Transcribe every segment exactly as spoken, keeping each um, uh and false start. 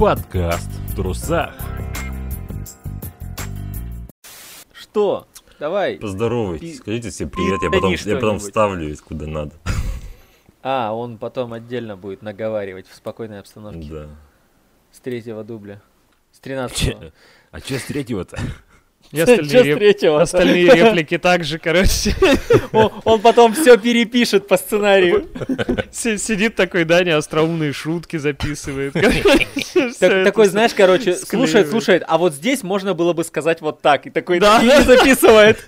Подкаст в трусах. Что? Давай. Поздоровайтесь, Пи- скажите всем привет, я пи- потом, что-нибудь. я потом вставлю из куда надо. А, он потом отдельно будет наговаривать в спокойной обстановке. Да. С третьего дубля. С тринадцатого. А чё с третьего-то? И остальные, Чё с реп- третьего? остальные реплики также, короче. О, Он потом все перепишет по сценарию. Си- Сидит такой, Даня, остроумные шутки записывает. Так- Такой, знаешь, короче, слушает, склеивает. слушает, а вот здесь можно было бы сказать вот так. И такой Да. и записывает.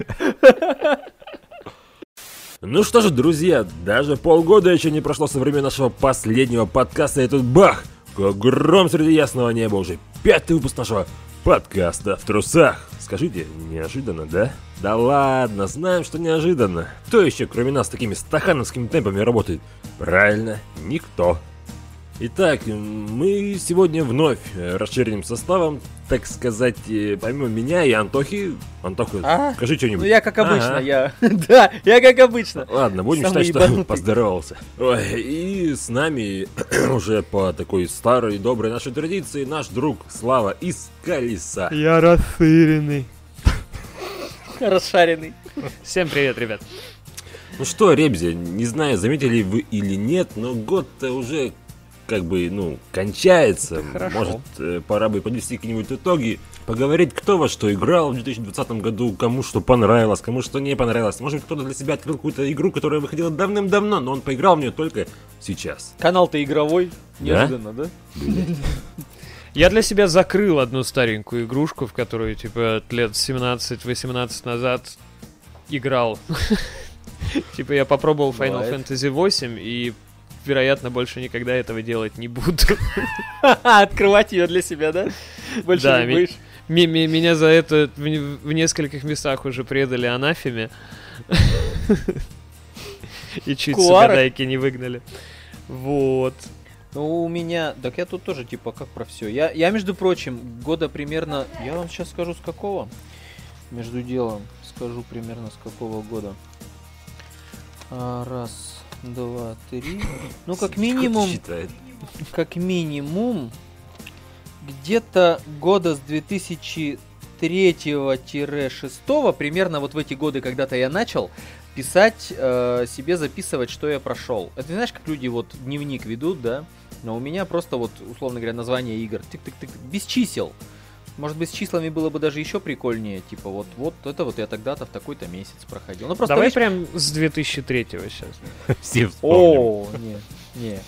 Ну что же, друзья, даже полгода еще не прошло со времени нашего последнего подкаста, и тут бах! Как гром среди ясного неба, уже пятый выпуск нашего подкаста в трусах. Скажите, неожиданно, да? Да ладно, знаем, что неожиданно. Кто еще, кроме нас, такими стахановскими темпами работает? Правильно, никто. Итак, мы сегодня вновь э, расширенным составом, так сказать, э, помимо меня и Антохи. Антоха, А? скажи что-нибудь. Ну я как обычно, Ага. я... Да, я как обычно. Ладно, будем Самый считать, что ебанутый. поздоровался. Ой, и с нами уже по такой старой доброй нашей традиции наш друг Слава из Колеса. Я расширенный. Расшаренный. Всем привет, ребят. Ну что, Ребзи, не знаю, заметили вы или нет, но год-то уже как бы, ну, кончается. Хорошо. Может, э, пора бы подвести какие-нибудь итоги, поговорить, кто во что играл в две тысячи двадцатом году, кому что понравилось, кому что не понравилось. Может, кто-то для себя открыл какую-то игру, которая выходила давным-давно, но он поиграл в нее только сейчас. Канал-то игровой. Неожиданно, да? Я для себя закрыл одну старенькую игрушку, в которую, типа, лет семнадцать-восемнадцать назад играл. Типа, я попробовал Final Бывает. Fantasy восемь и, вероятно, больше никогда этого делать не буду. Открывать ее для себя, да? Больше Да, не ми- будешь. Ми- ми- Меня за это в не- в нескольких местах уже предали анафеме. И чуть с Куарах? угадайки не выгнали. Вот. Ну, у меня... Так я тут тоже, типа, как про все. Я, я, между прочим, года примерно... Я вам сейчас скажу, с какого. Между делом. Скажу примерно, с какого года. А, раз, два, три. Ну, как минимум... Считает. Как минимум... Где-то года с две тысячи третьего-шестого, примерно вот в эти годы, когда-то я начал писать, э, себе записывать, что я прошел. Это знаешь, как люди вот дневник ведут, да? Но у меня просто вот, условно говоря, название игр. Тык-тык-тык, без чисел. Может быть, с числами было бы даже еще прикольнее. Типа, вот, вот это вот я тогда-то в такой-то месяц проходил. Ну, просто Давай видишь- прям с две тысячи третьего сейчас. Все вспомним. О, не, не.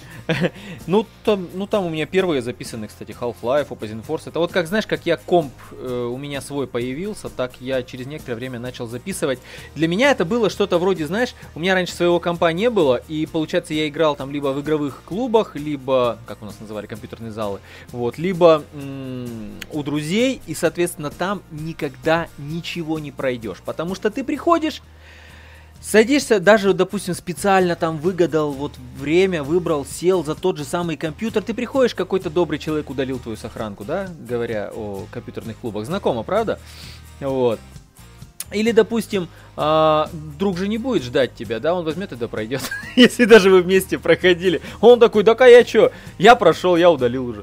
Ну там, ну, там у меня первые записаны, кстати, Half-Life, Opposing Force. Это вот как, знаешь, как я комп, э, у меня свой появился, так я через некоторое время начал записывать. Для меня это было что-то вроде, знаешь, у меня раньше своего компа не было, и, получается, я играл там либо в игровых клубах, либо, как у нас называли, компьютерные залы, вот, либо м- у друзей, и, соответственно, там никогда ничего не пройдешь, потому что ты приходишь, садишься, даже, допустим, специально там выгадал вот время, выбрал, сел за тот же самый компьютер. Ты приходишь, какой-то добрый человек удалил твою сохранку, да, говоря о компьютерных клубах. Знакомо, правда? Вот. Или, допустим, а, друг же не будет ждать тебя, да, он возьмет и да пройдет. Если даже вы вместе проходили. Он такой, да-ка я чё? Я прошел, я удалил уже.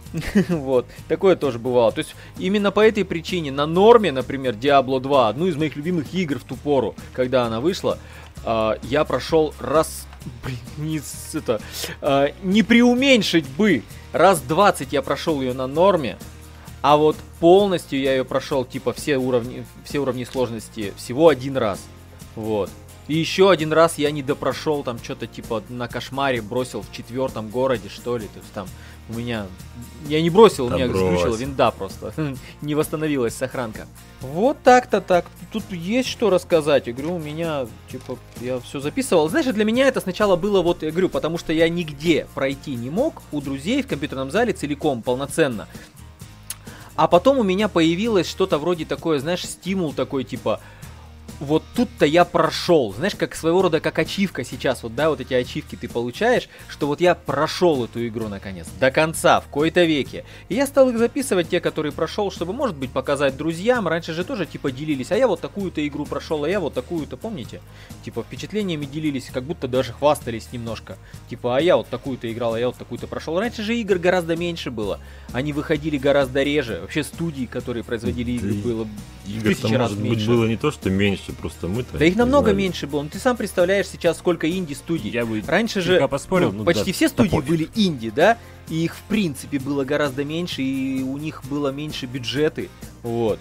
Вот, такое тоже бывало. То есть именно по этой причине на норме, например, Diablo два, одну из моих любимых игр в ту пору, когда она вышла, э, я прошел раз, блин, не, с- это, э, не преуменьшить бы, раз двадцать я прошел ее на норме, а вот полностью я ее прошел, типа, все уровни, все уровни сложности всего один раз. Вот. И еще один раз я не допрошел, там что-то типа на кошмаре бросил в четвертом городе, что ли. То есть там у меня... Я не бросил, у Да меня брось. глючила винда просто. Не восстановилась сохранка. Вот так-то так. Тут есть что рассказать. Я говорю, у меня, типа, я все записывал. Знаешь, для меня это сначала было, вот, я говорю, потому что я нигде пройти не мог у друзей в компьютерном зале целиком, полноценно. А потом у меня появилось что-то вроде такое, знаешь, стимул такой, типа... вот тут-то я прошел. Знаешь, как своего рода, как ачивка сейчас, вот, да, вот эти ачивки ты получаешь, что вот я прошел эту игру наконец, до конца, в кои-то веке. И я стал их записывать, те, которые прошел, чтобы, может быть, показать друзьям. Раньше же тоже, типа, делились, а я вот такую-то игру прошел, а я вот такую-то, помните? Типа, впечатлениями делились, как будто даже хвастались немножко. Типа, а я вот такую-то играл, а я вот такую-то прошел. Раньше же игр гораздо меньше было. Они выходили гораздо реже. Вообще, студии, которые производили игры, было в тысячи раз меньше. Быть, было не то, что меньше, просто мы-то... Да их намного знали. меньше было. Ну, ты сам представляешь сейчас, сколько инди-студий. Я бы Раньше же поспорил, ну, ну, почти да, все студии да пофиг. были инди, да? И их, в принципе, было гораздо меньше, и у них было меньше бюджеты. Вот.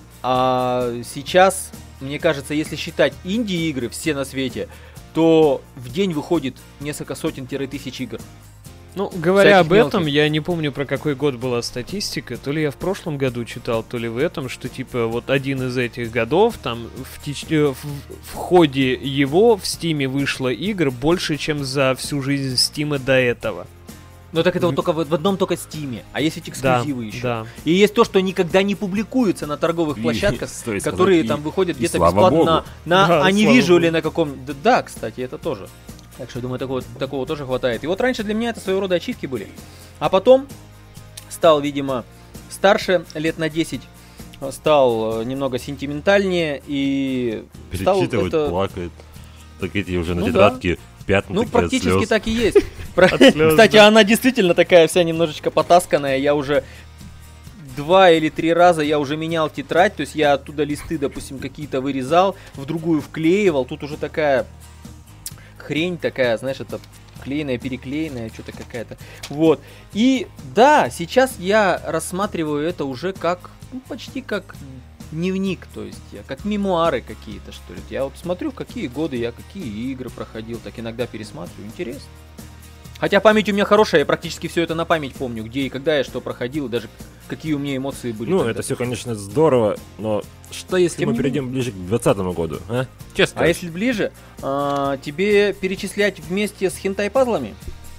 А сейчас, мне кажется, если считать инди-игры все на свете, то в день выходит несколько сотен-тысяч игр. Ну, говоря Всяких об этом, мелких. я не помню, про какой год была статистика, то ли я в прошлом году читал, то ли в этом, что, типа, вот один из этих годов, там, в, теч... э, в, в ходе его в Стиме вышло игр больше, чем за всю жизнь Стима до этого. Но так это вот только в, в одном только Стиме, а есть ведь эксклюзивы да, еще. Да. И есть то, что никогда не публикуется на торговых И, площадках, стоит которые сказать, там и- выходят и где-то слава бесплатно богу. на, на Да, Они слава вижу богу. или на каком... Да, да, кстати, это тоже. Так что, думаю, такого, такого тоже хватает. И вот раньше для меня это своего рода ачивки были. А потом стал, видимо, старше, лет на десять, стал э, немного сентиментальнее и стал Перечитывает, это... плакает. Так эти уже на Ну тетрадке пятна Ну, такие от практически слез. так и есть. Про- слез, Кстати, да. она действительно такая вся немножечко потасканная. Я уже два или три раза я уже менял тетрадь. То есть я оттуда листы, допустим, какие-то вырезал, в другую вклеивал. Тут уже такая хрень такая, знаешь, это клееная, переклеенная, что-то какая-то. Вот. И да, сейчас я рассматриваю это уже как, ну, почти как дневник, то есть я, как мемуары какие-то, что ли. Я вот смотрю, в какие годы я какие игры проходил, так иногда пересматриваю, интересно. Хотя память у меня хорошая, я практически все это на память помню, где и когда я что проходил, и даже какие у меня эмоции были. Ну, тогда. это все, конечно, здорово, но что если Тем мы не перейдем ближе к двадцатому году, а? Честно. А если ближе, а, тебе перечислять вместе с хентай-пазлами?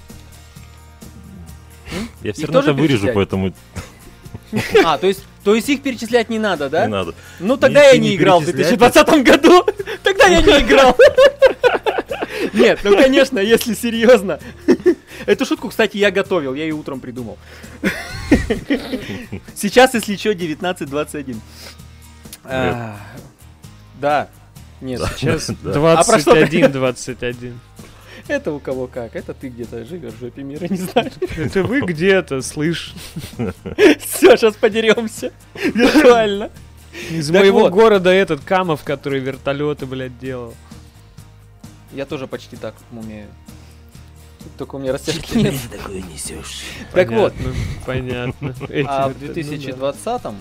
Я все их равно тоже это вырежу, перечислять? поэтому А, то есть, то есть их перечислять не надо, да? не надо. Ну тогда Если я не не играл в две перечислять, тысячи двадцатом году. Тогда я не играл. Нет, ну конечно, если серьезно. Эту шутку, кстати, я готовил, я ее утром придумал. Сейчас, если что, девятнадцать двадцать один. А, Да. Нет, Сейчас Да. А про что ты? двадцать один двадцать один. это у кого как. Это ты где-то живешь в жопе мира, не знаешь. Это вы где-то, слышь? Все, сейчас подеремся. Виртуально. Из Так моего вот. города этот Камов, который вертолеты, блядь, делал. Я тоже почти так умею. Только у меня растяжки нет. такое несешь? Так вот. Понятно, Понятно. Эти А вот, в ну да. две тысячи двадцатом...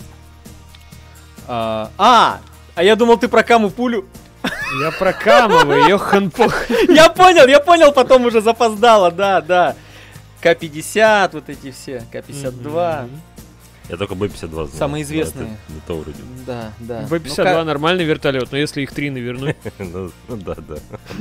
А, а, а я думал, ты про Каму пулю. Я про Камова, ёхан пох. Я понял, я понял, потом уже запоздало, да, да. К пятьдесят, вот эти все, К пятьдесят два. Мгм. Я только Б пятьдесят два знаю. Самые но известные. это Не то вроде. Да, да. Б пятьдесят два нормальный вертолет, но если их три навернуть. Ну ну да, да.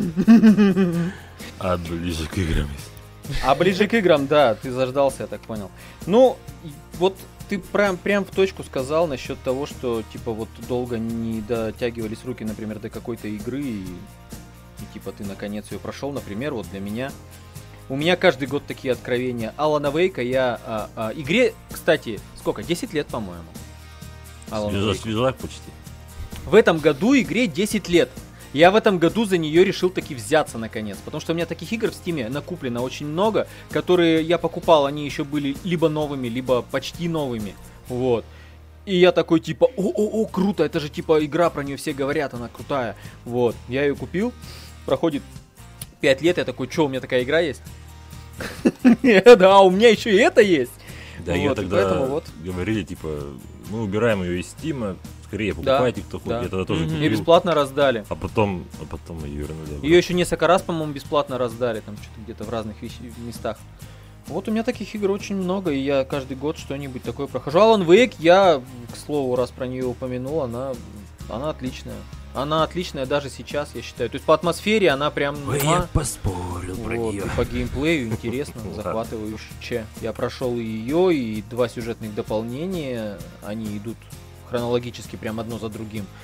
А ближе к играм. А ближе к играм, да, ты заждался, я так понял. Ну, и вот ты прям, прям в точку сказал насчет того, что, типа, вот долго не дотягивались руки, например, до какой-то игры, и, и, типа, ты наконец ее прошел, например, вот для меня. У меня каждый год такие откровения. Алана Вейка я... А, а, игре, кстати, сколько? десять лет, по-моему. Alan Свежак, Wake. свежак почти. В этом году игре десять лет. Я в этом году за нее решил таки взяться наконец. Потому что у меня таких игр в Стиме накуплено очень много, которые я покупал, они еще были либо новыми, либо почти новыми. Вот. И я такой типа, о-о-о, круто, это же типа игра, про нее все говорят, она крутая. Вот. Я ее купил, проходит пять лет, я такой, что, у меня такая игра есть? Да, у меня еще и это есть. Да, я Вот, и тогда поэтому вот. говорили, типа, мы убираем ее из Стима, скорее Да, покупайте, кто хочет. да. Я тогда тоже Мгм. И купил. бесплатно раздали. А потом, а потом ее вернули. обратно. Ее еще несколько раз, по-моему, бесплатно раздали, там что-то где-то в разных вещ- местах. Вот у меня таких игр очень много, и я каждый год что-нибудь такое прохожу. Alan Wake, я, к слову, раз про нее упомянул, она, она отличная. Она отличная даже сейчас, я считаю. То есть по атмосфере она прям... Ой, муа. я поспорил про Вот, нее. и по геймплею интересно, Ладно. захватывающе. Я прошел и ее, и два сюжетных дополнения. Они идут хронологически прям одно за другим.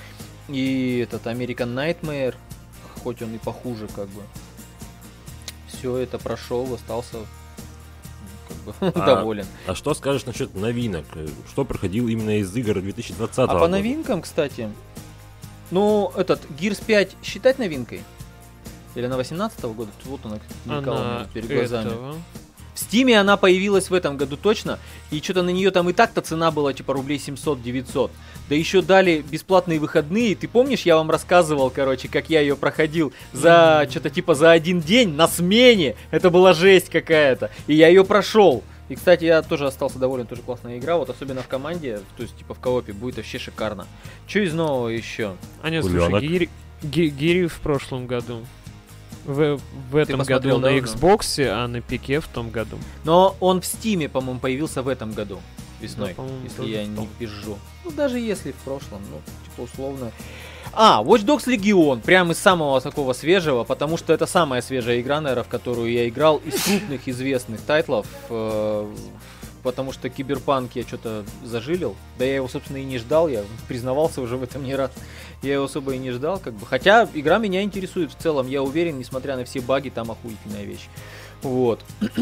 И этот American Nightmare, хоть он и похуже, как бы. Все это прошел, остался как бы А, доволен. А что скажешь насчет новинок? Что проходило именно из игр две тысячи двадцатого А по года? новинкам, кстати, ну, этот Gears пять считать новинкой? Или она восемнадцатого года? Вот она мелькала у меня Она перед глазами. этого. В Стиме она появилась в этом году точно, и что-то на нее там и так-то цена была типа рублей семьсот-девятьсот. Да еще дали бесплатные выходные. Ты помнишь, я вам рассказывал, короче, как я ее проходил за mm-hmm. что-то типа за один день на смене. Это была жесть какая-то. И я ее прошел. И, кстати, я тоже остался доволен, тоже классная игра, вот особенно в команде, то есть типа в коопе будет вообще шикарно. Че из нового еще? А нет, слушай, Гири, Гири в прошлом году. В, в этом году да, на Xbox, а на пике в том году. Но он в Стиме, по-моему, появился в этом году, весной, да, если я не пизжу. Ну, даже если в прошлом, ну, типа условно. А, Watch Dogs Legion, прям из самого такого свежего, потому что это самая свежая игра, наверное, в которую я играл из крупных известных тайтлов, э, потому что Киберпанк я что-то зажилил, да я его, собственно, и не ждал, я признавался уже в этом не раз, я его особо и не ждал, как бы, хотя игра меня интересует в целом, я уверен, несмотря на все баги, там охуительная вещь, вот.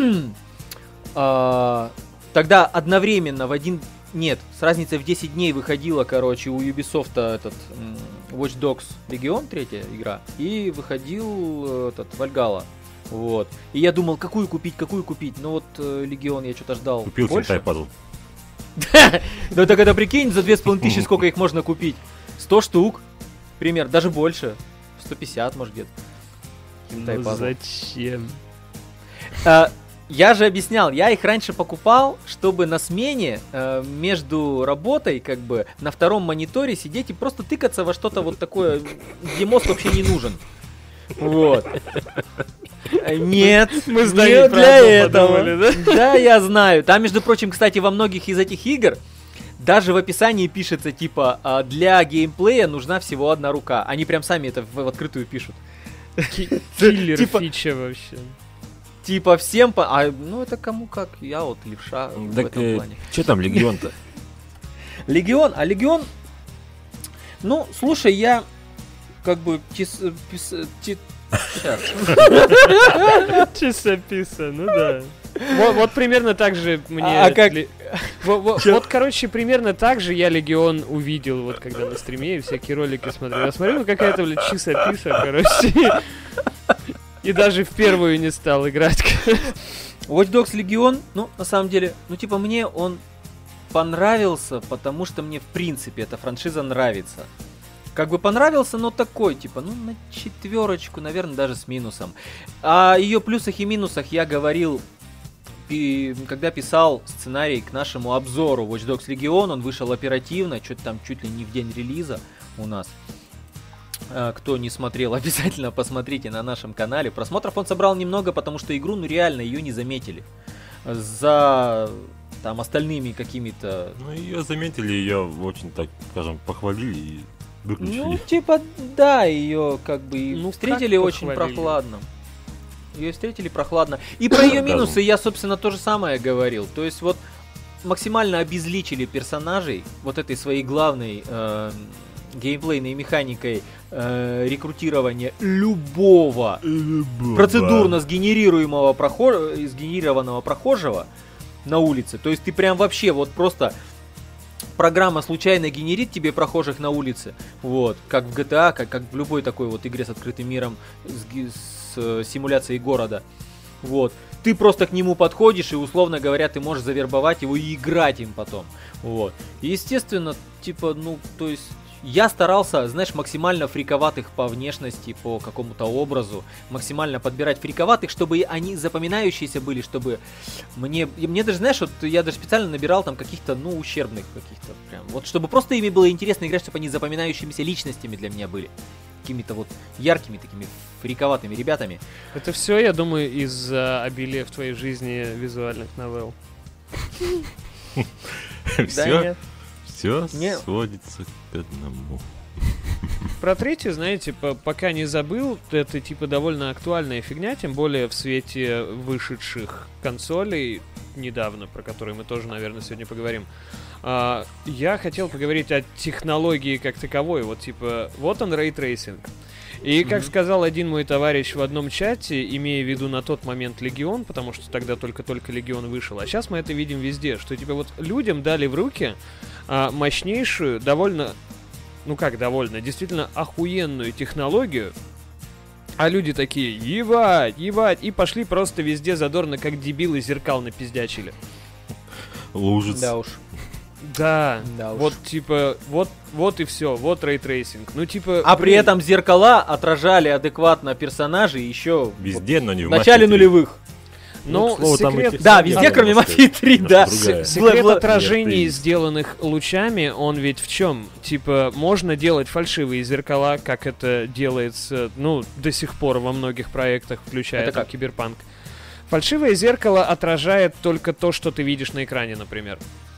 а, тогда одновременно в один... Нет, с разницей в десять дней выходила, короче, у Ubisoft этот м, Watch Dogs Legion, третья игра, и выходил этот Valhalla. Вот. И я думал, какую купить, какую купить. Но вот э, Легион я что-то ждал. Купил больше. Sentai Puzzle. Ну так это прикинь, за две с половиной тысячи сколько их можно купить? сто штук, пример, даже больше. сто пятьдесят, может, где-то. Ну зачем? Я же объяснял, я их раньше покупал, чтобы на смене э, между работой, как бы, на втором мониторе сидеть и просто тыкаться во что-то вот такое, где мозг вообще не нужен. Вот. Нет, мы с не для этого. Подумали, да? Да, я знаю. Там, между прочим, кстати, во многих из этих игр даже в описании пишется, типа, для геймплея нужна всего одна рука. Они прям сами это в, в открытую пишут. Киллер типа, фича вообще. Типа всем по... А, ну это кому как, я вот левша так, в этом э, плане. Че там Легион-то? Легион, а Легион... Ну, слушай, я как бы... Тис, пис, ти, Часописа, ну да. Вот, вот примерно так же мне... А, а как... Ли... Вот, вот, вот, короче, примерно так же я Легион увидел, вот когда на стриме и всякие ролики смотрел. Я смотрю, ну какая-то, блядь, часописа, короче. И даже в первую не стал играть. Watch Dogs Legion, ну, на самом деле, ну, типа, мне он понравился, потому что мне, в принципе, эта франшиза нравится. Как бы понравился, но такой, типа, ну, на четверочку, наверное, даже с минусом. О ее плюсах и минусах я говорил, пи- когда писал сценарий к нашему обзору Watch Dogs Legion, он вышел оперативно, что-то там чуть ли не в день релиза у нас. Кто не смотрел, обязательно посмотрите на нашем канале. Просмотров он собрал немного, потому что игру, ну реально, ее не заметили. За там остальными какими-то... Ну ее заметили, ее очень, так скажем, похвалили и выключили. Ну типа, да, ее как бы ну, встретили как очень похвалили? прохладно. Ее встретили прохладно. И про ее минусы я, собственно, то же самое говорил. То есть вот максимально обезличили персонажей вот этой своей главной... Э- геймплейной механикой э, рекрутирования любого, любого процедурно сгенерируемого прохож... сгенерированного прохожего на улице. То есть ты прям вообще вот просто программа случайно генерит тебе прохожих на улице, вот, как в джи ти эй, как, как в любой такой вот игре с открытым миром, с, с э, симуляцией города. Вот. Ты просто к нему подходишь и, условно говоря, ты можешь завербовать его и играть им потом. Вот. И, естественно, типа, ну, то есть я старался, знаешь, максимально фриковатых по внешности, по какому-то образу, максимально подбирать фриковатых, чтобы они запоминающиеся были, чтобы мне, мне даже, знаешь, вот я даже специально набирал там каких-то, ну, ущербных каких-то прям, вот чтобы просто ими было интересно играть, чтобы они запоминающимися личностями для меня были. Какими-то вот яркими такими фриковатыми ребятами. Это все, я думаю, из-за обилия в твоей жизни визуальных новелл. Все? Все сводится к одному. Про третью, знаете, по- пока не забыл, это типа довольно актуальная фигня, тем более в свете вышедших консолей недавно, про которые мы тоже, наверное, сегодня поговорим. А, я хотел поговорить о технологии как таковой. Вот типа, вот он рейтрейсинг. И, как mm-hmm. сказал один мой товарищ в одном чате, имея в виду на тот момент Легион, потому что тогда только-только Легион вышел, а сейчас мы это видим везде, что типа вот людям дали в руки а, мощнейшую, довольно, ну как довольно, действительно охуенную технологию, а люди такие, ебать, ебать, и пошли просто везде задорно, как дебилы, зеркал напиздячили. Лужиц. Да уж. Да, да вот типа, вот, вот и все, вот рейтрейсинг. Ну типа. А блин. при этом зеркала отражали адекватно персонажей еще везде, но не в в начале Мафии три. нулевых. Ну, ну слову, секрет... Да, везде, там кроме просто Мафии три, да. другая. Секрет Бла- отражений, Нет, сделанных лучами, он ведь в чем? Типа, можно делать фальшивые зеркала, как это делается, ну, до сих пор во многих проектах, включая Это там, как? Киберпанк. Фальшивое зеркало отражает только то, что ты видишь на экране, например.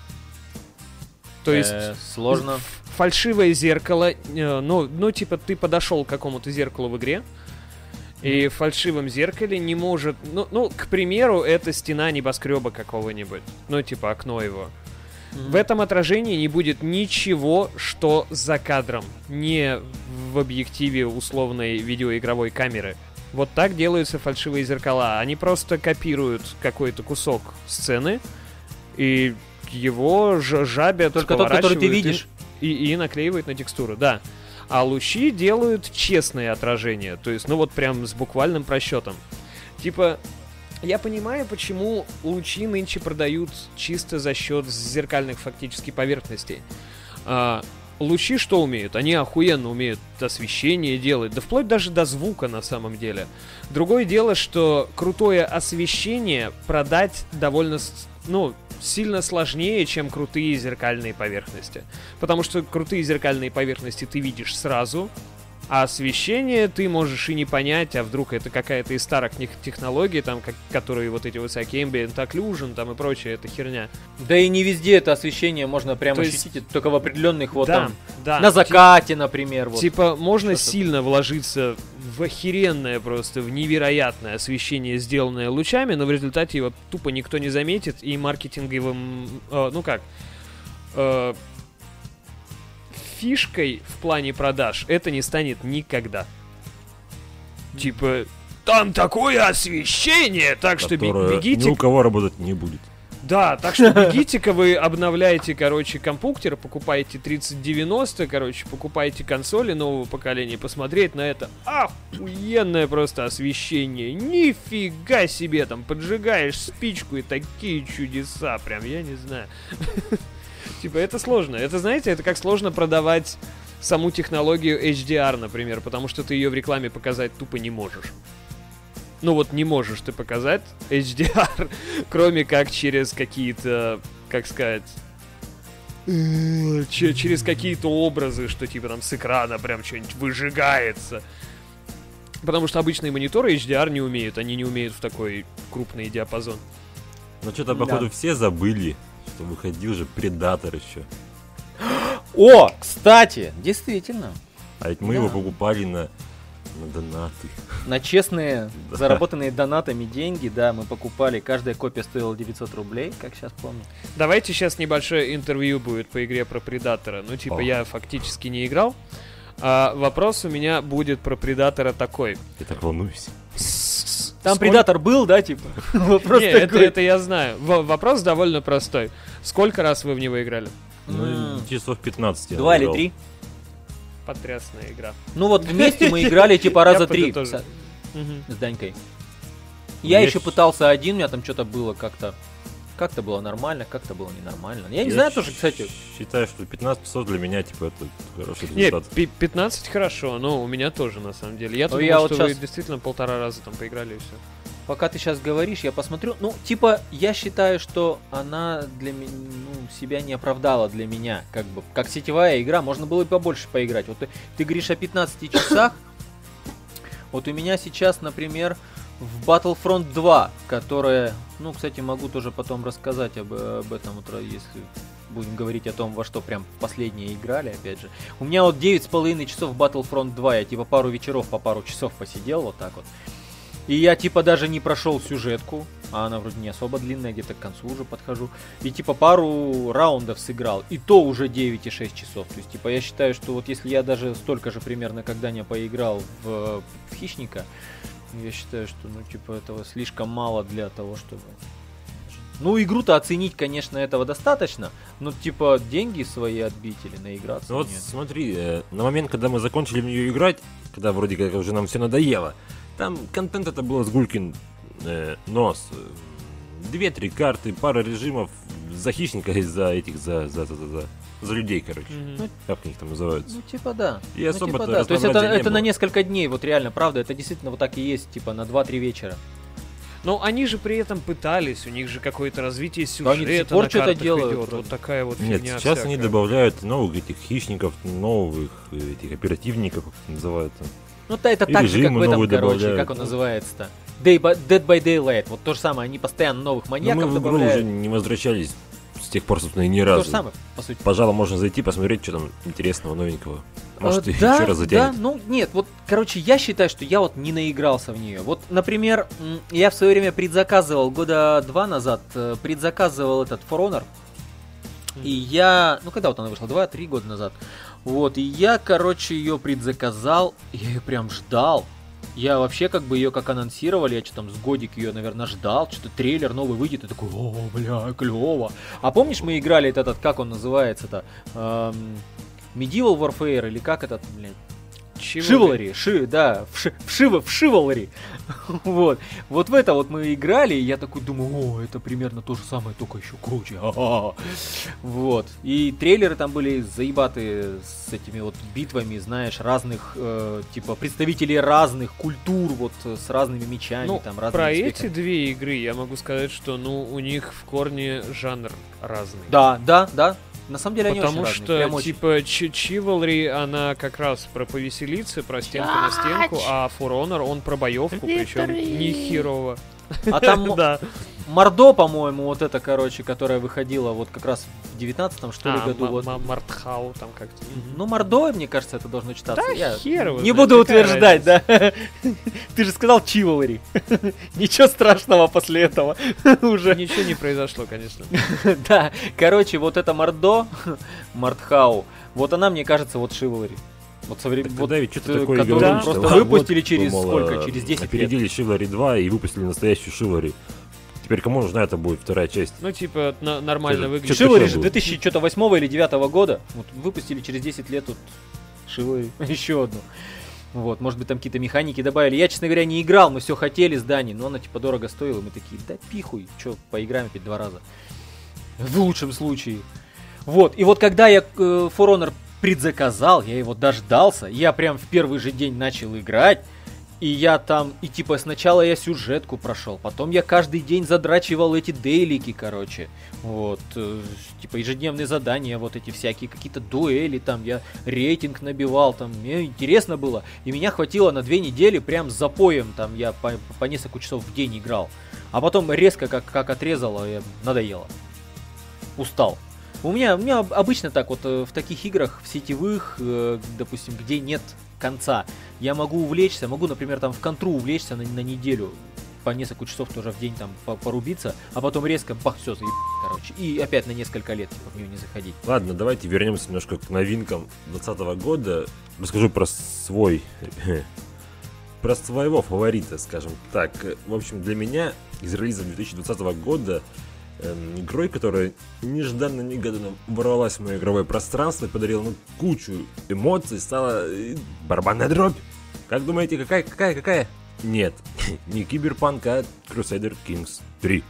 То есть... Э, сложно. Фальшивое зеркало, э, ну, ну, типа, ты подошел к какому-то зеркалу в игре, и в фальшивом зеркале не может... Ну, ну, к примеру, это стена небоскреба какого-нибудь. Ну, типа, окно его. Mm-hmm. В этом отражении не будет ничего, что за кадром. Не в объективе условной видеоигровой камеры. Вот так делаются фальшивые зеркала. Они просто копируют какой-то кусок сцены и его ж- жабят, Только тот, который ты видишь. И, и, и наклеивают на текстуру, да. А лучи делают честные отражения. То есть, ну вот прям с буквальным просчетом. Типа, я понимаю, почему лучи нынче продают чисто за счет зеркальных фактически поверхностей. А, лучи что умеют? Они охуенно умеют освещение делать. Да вплоть даже до звука на самом деле. Другое дело, что крутое освещение продать довольно... Ну, сильно сложнее, чем крутые зеркальные поверхности. Потому что крутые зеркальные поверхности ты видишь сразу, а освещение ты можешь и не понять, а вдруг это какая-то из старых технологий, там, как, которые вот эти вот всякие ambient occlusion, там и прочая эта херня. Да и не везде это освещение можно прямо То ощутить, есть... только в определенных вот да, там, да. на закате, например. Вот. Типа, можно Что-то... сильно вложиться в охеренное просто, в невероятное освещение, сделанное лучами, но в результате его тупо никто не заметит, и маркетинговым, э, ну как, э, фишкой в плане продаж это не станет никогда. Типа, там такое освещение, так что бегите... ни у кого работать не будет. Да, так что бегите-ка вы, обновляете, короче, компьютер, покупаете тридцать девяносто, короче, покупаете консоли нового поколения, посмотреть на это охуенное просто освещение. Нифига себе, там поджигаешь спичку и такие чудеса, прям, я не знаю. Типа, это сложно. Это, знаете, это как сложно продавать саму технологию эйч ди ар, например, потому что ты ее в рекламе показать тупо не можешь. Ну вот не можешь ты показать эйч ди ар, кроме как через какие-то, как сказать, через какие-то образы, что типа там с экрана прям что-нибудь выжигается. Потому что обычные мониторы эйч ди ар не умеют, они не умеют в такой крупный диапазон. Ну что-то, походу, да. все забыли, что выходил же Предатор еще. О, кстати, действительно. А ведь мы да. его покупали на... На донаты. На честные, да. заработанные донатами деньги, да, мы покупали. Каждая копия стоила девятьсот рублей, как сейчас помню. Давайте сейчас небольшое интервью будет по игре про Предатора. Ну, типа, О. я фактически не играл. А вопрос у меня будет про Предатора такой. Я так волнуюсь. Там Сколько... Предатор был, да, типа? Вопрос Не, это, это я знаю. В- вопрос довольно простой. Сколько раз вы в него играли? Ну, часов пятнадцать я Два или играл. три? Потрясная игра. Ну вот вместе мы играли типа раза Я три подытожу. с Мгм. с Данькой. Я Я еще щ- пытался один, у меня там что-то было как-то... Как-то было нормально, как-то было ненормально. Я не знаю тоже, кстати. Считаю, что пятнадцать часов для меня, типа, это хороший Не, результат. пи- пятнадцать хорошо, но у меня тоже, на самом деле. Я Ну, думал, я вот что вы щас- действительно полтора раза там поиграли и все. Пока ты сейчас говоришь, я посмотрю. Ну, типа, я считаю, что она для меня, ну, себя не оправдала для меня. Как бы, как сетевая игра, можно было бы побольше поиграть. Вот ты, ты говоришь о пятнадцати часах. Вот у меня сейчас, например, в Battlefront два, которая, ну, кстати, могу тоже потом рассказать об, об этом, вот, если будем говорить о том, во что прям последние играли, опять же. У меня вот девять с половиной часов в Battlefront два, я типа пару вечеров по пару часов посидел, вот так вот. И я типа даже не прошел сюжетку, а она вроде не особо длинная, где-то к концу уже подхожу. И типа пару раундов сыграл, и то уже девять и шесть часов. То есть типа я считаю, что вот если я даже столько же примерно когда-нибудь поиграл в, в Хищника, я считаю, что ну типа этого слишком мало для того, чтобы... Ну, игру-то оценить, конечно, этого достаточно, но, типа, деньги свои отбить или наиграться. Ну вот нет. смотри, э, на момент, когда мы закончили в нее играть, когда вроде как уже нам все надоело, там контент это было с гулькин э, нос. Две-три карты, пара режимов за хищника и за этих, за, за, за, за, за, за людей, короче. Мгм. Как них там называются? Ну, типа, да. И Ну, особо типа, да. То есть это, разнообразия не это на было. несколько дней, вот реально, правда, это действительно вот так и есть, типа, на два-три вечера. Но они же при этом пытались, у них же какое-то развитие Да, они до сих сюжета пор на что-то картах делают идет. вроде. Вот такая вот Нет, фигня сейчас они всякая. добавляют новых этих хищников, новых э, этих оперативников, как их называют. Ну, да, это И так же, как режимы в этом, новые короче, добавляют. как он называется-то? Day by, Dead by Daylight. Вот то же самое, они постоянно новых Но маньяков мы в игру добавляют. уже не возвращались с тех пор, собственно, и ни То разу. же самое, по сути. Пожалуй, можно зайти, посмотреть, что там интересного, новенького. Может, Э, и да, еще раз затянет. Да, ну нет, вот, короче, я считаю, что я вот не наигрался в нее. Вот, например, м, я в свое время предзаказывал года два назад, э, предзаказывал этот For Honor. И я, ну когда вот она вышла, два-три года назад. Вот, и я, короче, ее предзаказал, я ее прям ждал. Я вообще как бы ее как анонсировали, я что там с годик ее, наверное, ждал, что-то трейлер новый выйдет, и такой, о, бля, клево. А помнишь, мы играли этот, этот как он называется-то? Эм, Medieval Warfare или как этот, блядь? Шивалари, ши, да, в, ши, в, шива, в Шивалари. Вот. Вот в это вот мы играли, и я такой думаю, о, это примерно то же самое, только еще круче. Ха-ха. Вот. И трейлеры там были заебатые с этими вот битвами, знаешь, разных, э, типа, представителей разных культур, вот, с разными мечами, Ну, там, разными про цветами. эти две игры я могу сказать, что, ну, у них в корне жанр разный. Да, да, да. На самом деле они Потому очень разные, что, прям очень. типа, Ч- Chivalry, она как раз про повеселиться, про стенку на стенку, а For Honor, он про боевку, причем не херово. А там Да. Мордо, по-моему, вот это, короче, которая выходила вот как раз в девятнадцатом, что ли, А, году. М- Вот. М- Мартхау там как-то. Ну, Мордо, мне кажется, это должно читаться. Да Я хер его не знает, буду какая утверждать, да. Ты же сказал Chivalry. Ничего страшного после этого уже. Ничего не произошло, конечно. Да, короче, вот это Мордо, Мартхау, вот она, мне кажется, вот Chivalry. Вот со времен... Так Вот, тогда ведь что-то э, такое которую говорили, просто что выпустили вот, через мол, сколько? э, Через десять лет. Опередили Chivalry два и выпустили настоящую Chivalry. Теперь кому нужна это будет вторая часть? Ну, типа, на- нормально Чё- выглядит. чё- Chivalry такое же было? две тысячи восьмого или девятого года. Вот выпустили через десять лет тут Chivalry еще одну. Вот, может быть, там какие-то механики добавили. Я, честно говоря, не играл, мы все хотели с Даней, но она типа дорого стоила. Мы такие, да пихуй, что, поиграем опять два раза. В лучшем случае. Вот, и вот когда я э, For Honor предзаказал, я его дождался, я прям в первый же день начал играть. И я там, и типа сначала я сюжетку прошел, потом я каждый день задрачивал эти дейлики, короче. Вот, э, типа ежедневные задания, вот эти всякие, какие-то дуэли, там я рейтинг набивал, там мне интересно было. И меня хватило на две недели прям с запоем, там я по, по несколько часов в день играл. А потом резко как, как отрезало, я, надоело. Устал. У меня, у меня обычно так вот э, в таких играх, в сетевых, э, допустим, где нет конца, я могу увлечься, могу, например, там в контру увлечься на, на неделю, по несколько часов тоже в день там по- порубиться, а потом резко, бах, все, заеб... короче, и опять на несколько лет типа, в нее не заходить. Ладно, давайте вернемся немножко к новинкам двадцатого года. Расскажу про свой... про своего фаворита, скажем так. В общем, для меня из релиза две тысячи двадцатого года эм, игрой, которая нежданно-негаданно ворвалась в мое игровое пространство и подарила ну, кучу эмоций, стала э, барабанная дробь. Как думаете, какая, какая, какая? Нет, не Киберпанк, а Crusader Kings три.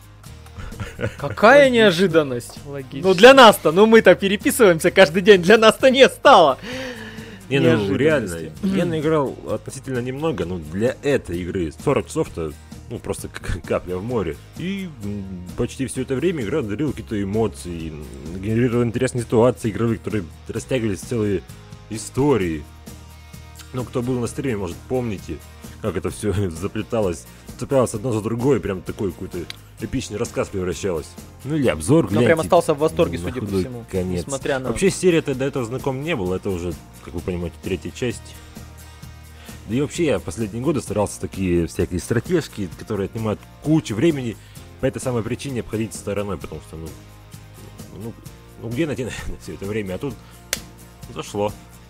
Какая неожиданность! Логично. Ну для нас-то, ну мы-то переписываемся каждый день, для нас-то не стало! Не, ну Неожиданности. реально, я наиграл относительно немного, но для этой игры сорок часов-то, ну просто как капля в море. И м, почти все это время игра дарила какие-то эмоции, генерировала интересные ситуации игровые, которые растягивались в целые истории. Ну, кто был на стриме, может, помните, как это все заплеталось, цеплялось одно за другое, прям такой какой-то эпичный рассказ превращалось. Ну или обзор, Он гляньте. прям остался в восторге, на судя по худой всему. конец. Несмотря на... Вообще серия-то до этого знаком не был, это уже, как вы понимаете, третья часть. Да и вообще я в последние годы старался такие всякие стратежки, которые отнимают кучу времени, по этой самой причине обходить стороной, потому что, ну, ну, ну где найти на все это время, а тут зашло.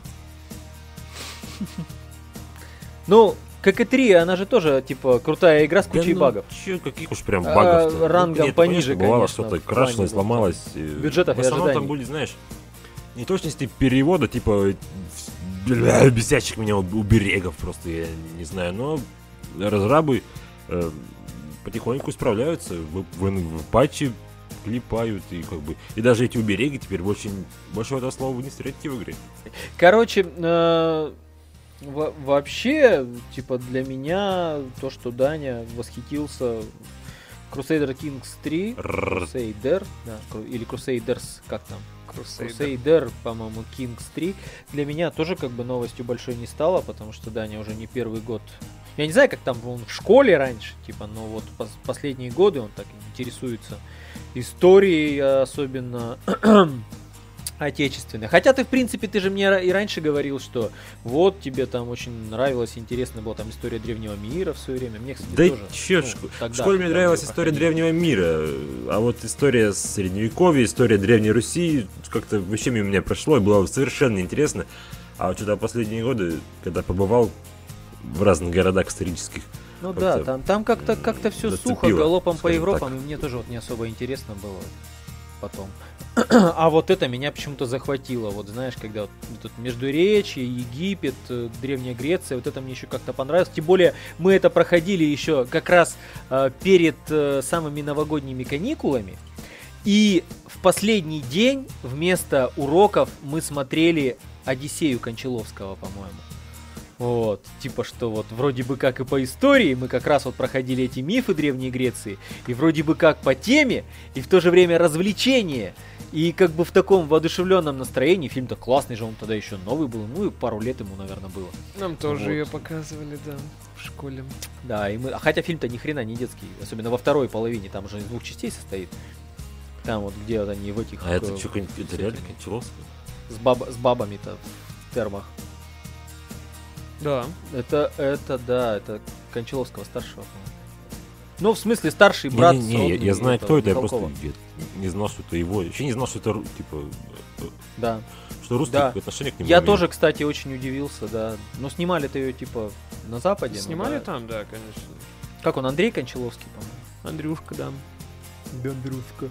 Ну, как и три, она же тоже, типа, крутая игра с кучей да, ну, багов. Чё, каких уж прям багов-то? А, рангом ну, нет, пониже, конечно, бывало, конечно, что-то в крашилось, плане сломалось. бюджетов в и основном ожиданий. там были, знаешь, неточности перевода, типа, бля, бесящих меня уберегов просто, я не знаю, но разрабы э, потихоньку справляются, в, в, в патчи клепают, и как бы, и даже эти убереги теперь очень, больше этого слова вы не встретите в игре. Короче, э, во- вообще, типа, для меня то, что Даня восхитился Crusader Kings три, Crusader, да, кру- или Crusaders, как там? Crusader, по-моему, Kings три, для меня тоже как бы новостью большой не стало, потому что Даня уже не первый год. Я не знаю, как там он в школе раньше, типа, но вот пос- последние годы он так интересуется историей, особенно отечественной. Хотя ты, в принципе, ты же мне ра- и раньше говорил, что вот тебе там очень нравилось, интересно была там история древнего мира в свое время. Мне, кстати, Да тоже. чё, ну, в шко- тогда, в школе мне когда нравилась мы история проходили. древнего мира, а вот история средневековья, история древней Руси как-то вообще мимо меня прошло и было совершенно интересно. А вот что-то последние годы, когда побывал в разных городах исторических, Ну как-то, да, там, там как-то как-то все зацепило, сухо, галопом по скажем Европам, так. и мне тоже вот не особо интересно было потом. А вот это меня почему-то захватило. Вот знаешь, когда вот тут Междуречье, Египет, э, Древняя Греция, вот это мне еще как-то понравилось. Тем более мы это проходили еще как раз э, перед э, самыми новогодними каникулами. И в последний день вместо уроков мы смотрели Одиссею Кончаловского, по-моему. Вот, типа что вот вроде бы как и по истории, мы как раз вот проходили эти мифы Древней Греции, и вроде бы как по теме, и в то же время развлечение, и как бы в таком воодушевленном настроении. Фильм-то классный же, он тогда еще новый был, ну и пару лет ему, наверное, было. Нам тоже Вот. ее показывали, да, в школе. Да, и мы, а хотя фильм-то ни хрена не детский, особенно во второй половине, там уже из двух частей состоит. Там вот где вот они в этих... А это э, что, это реально Кончаловский? с, баб, с бабами-то в термах. Да. Это, это, да, это Кончаловского старшего, по-моему. Ну, в смысле, старший брат. Не, не, не, я, сродный я знаю, кто это, я Михалкова. просто я не знал, что это его. Еще не знал, что это, ру- типа, э, Да. что русские Да. отношения к нему Я имеют. тоже, кстати, очень удивился, да. Но снимали-то ее, типа, на Западе. ну Снимали да. там, да, конечно. Как он, Андрей Кончаловский, по-моему? Андрюшка, да. Бендрюшка.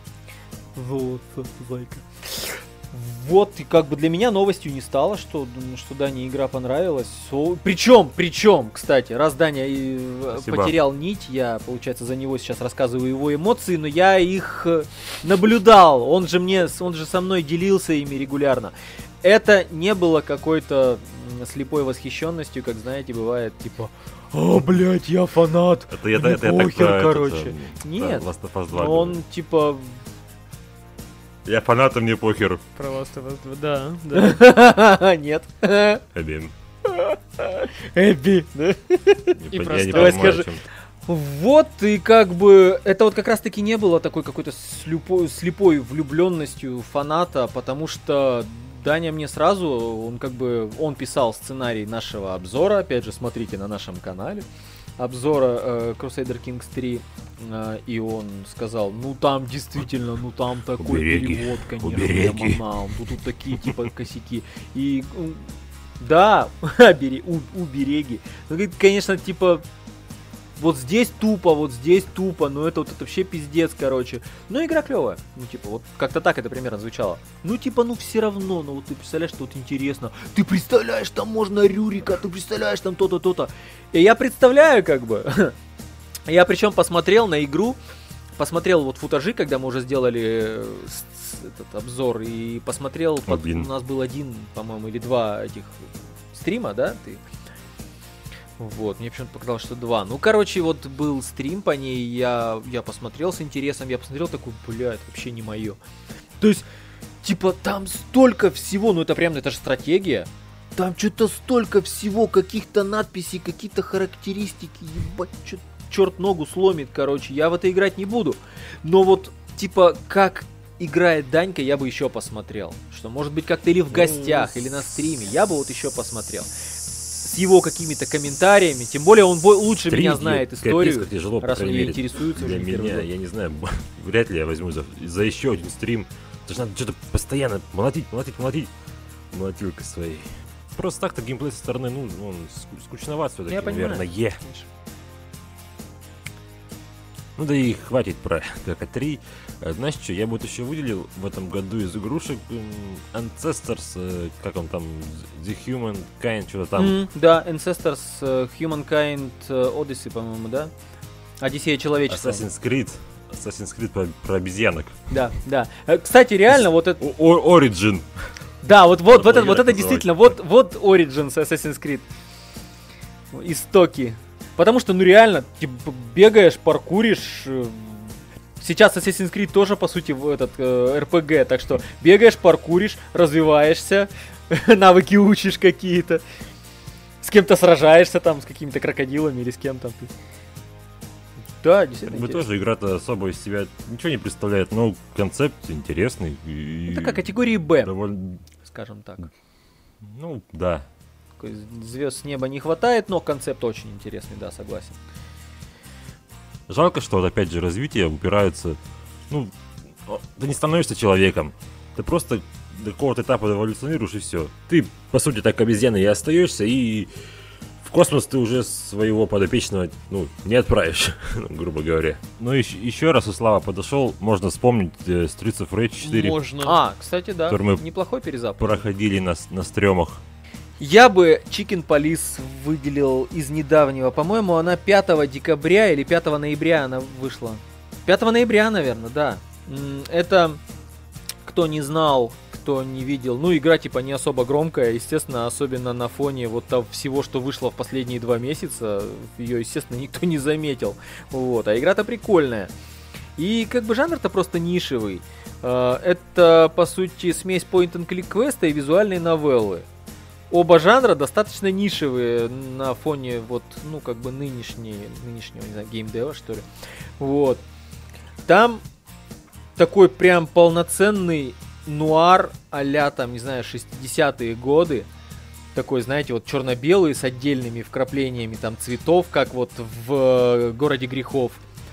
Золото, зайка. Вот, и как бы для меня новостью не стало, что, что Дане игра понравилась. Со- Причем, причем, кстати, раз Даня и, э, Спасибо. потерял нить, я, получается, за него сейчас рассказываю его эмоции, но я их э, наблюдал. Он же мне, он же со мной делился ими регулярно. Это не было какой-то м, слепой восхищенностью, как, знаете, бывает, типа, «О, блядь, я фанат!» Это я, Мне это я так похер, про этот, короче. э, Нет, про Last of Us два но он, говорю. типа, Я фанат, а мне похер. Про Last of Us два, да, да. нет. Эбин. Эбби, да? Не И пон- про Я не Давай понимаю, скажи. о чем ты. Вот, и как бы, это вот как раз таки не было такой какой-то слепой, слепой влюбленностью фаната, потому что Даня мне сразу, он как бы, он писал сценарий нашего обзора, опять же, смотрите на нашем канале, обзора э, Crusader Kings три, э, и он сказал, ну там действительно, ну там такой Убереги, перевод, конечно, убереги. я манал, ну тут такие типа косяки, и м, да, обере- у- убереги, ну, говорит, конечно, типа, вот здесь тупо, вот здесь тупо, ну это вот это вообще пиздец, короче. Но игра клевая. Ну, типа, вот как-то так это примерно звучало. Ну, типа, ну все равно, ну вот ты представляешь, что вот интересно. Ты представляешь, там можно Рюрика, ты представляешь, там то-то, то-то. И я представляю, как бы. Я причем посмотрел на игру, посмотрел вот футажи, когда мы уже сделали э, с- с- этот обзор, и посмотрел, под- Один. у нас был один, по-моему, или два этих стрима, да, ты? Вот, мне почему-то показалось, что два. Ну, короче, вот был стрим по ней, я, я посмотрел с интересом, я посмотрел такой, бля, это вообще не мое. То есть, типа, там столько всего, ну это прям, это же стратегия. Там что-то столько всего, каких-то надписей, какие-то характеристики, ебать, чё- черт ногу сломит, короче, я в это играть не буду. Но вот, типа, как играет Данька, я бы еще посмотрел. Что, может быть, как-то или в гостях, или на стриме, я бы вот еще посмотрел. с его какими-то комментариями. Тем более он бо- лучше Три меня дня, знает капец, историю, как тяжело, по раз он крайней ей мере, интересуется для уже не первый меня, год. я не знаю, вряд ли я возьму за, за еще один стрим. Потому что надо что-то постоянно молотить, молотить, молотить молотилкой своей. Просто так-то геймплей со стороны, ну, он ску- скучноват все-таки, Я понимаю. наверное. Е. Ну да и хватит про ка три. А, Знаешь что, я бы вот еще выделил в этом году из игрушек м, Ancestors, э, как он там, The Humankind, что-то там. М, да, Ancestors, э, Humankind э, Odyssey, по-моему, да? Одиссея человечества. Assassin's Creed. Assassin's Creed про, про обезьянок. Да, да. Э, Кстати, реально, вот это... О- О- Origin. Да, вот, вот, вот, Можно это, вот так это называть. действительно, вот, вот Origins Assassin's Creed. Истоки. Потому что, ну реально, типа, бегаешь, паркуришь. э, Сейчас Assassin's Creed тоже, по сути, в этот э, эр пи джи, так что бегаешь, паркуришь, развиваешься, навыки учишь какие-то. С кем-то сражаешься там, с какими-то крокодилами или с кем там. ты. Да, Как действительно бы интересно. тоже игра-то особо из себя ничего не представляет, но концепт интересный. И Это как категории Б, довольно, скажем так. ну, да. Такой звезд с неба не хватает, но концепт очень интересный, да, согласен. Жалко, что вот опять же развитие упирается, ну, о, ты не становишься человеком, ты просто до какого-то этапа эволюционируешь и все. Ты, по сути, так обезьяной и остаешься, и в космос ты уже своего подопечного, ну, не отправишь, грубо говоря. Ну, еще, еще раз у Слава подошел, можно вспомнить э, Streets of Rage четыре, Можно. А, кстати, да, Который мы неплохой перезапуск. проходили на, с- на стремах. Я бы Chicken Police выделил из недавнего. По-моему, она пятого декабря или пятого ноября она вышла. пятого ноября, наверное, да. М, Это, кто не знал, кто не видел, ну, игра типа не особо громкая, естественно, особенно на фоне вот того всего, что вышло в последние два месяца, ее, естественно, никто не заметил. Вот, а игра-то прикольная. И как бы жанр-то просто нишевый. Э, Это, по сути, смесь point-and-click квеста и визуальной новеллы. Оба жанра достаточно нишевые на фоне вот, ну, как бы нынешней, нынешнего, не знаю, геймдева, что ли. Вот. Там такой прям полноценный нуар а-ля, там, не знаю, шестидесятые годы. Такой, знаете, вот черно-белый с отдельными вкраплениями там цветов, как вот в э, Городе грехов.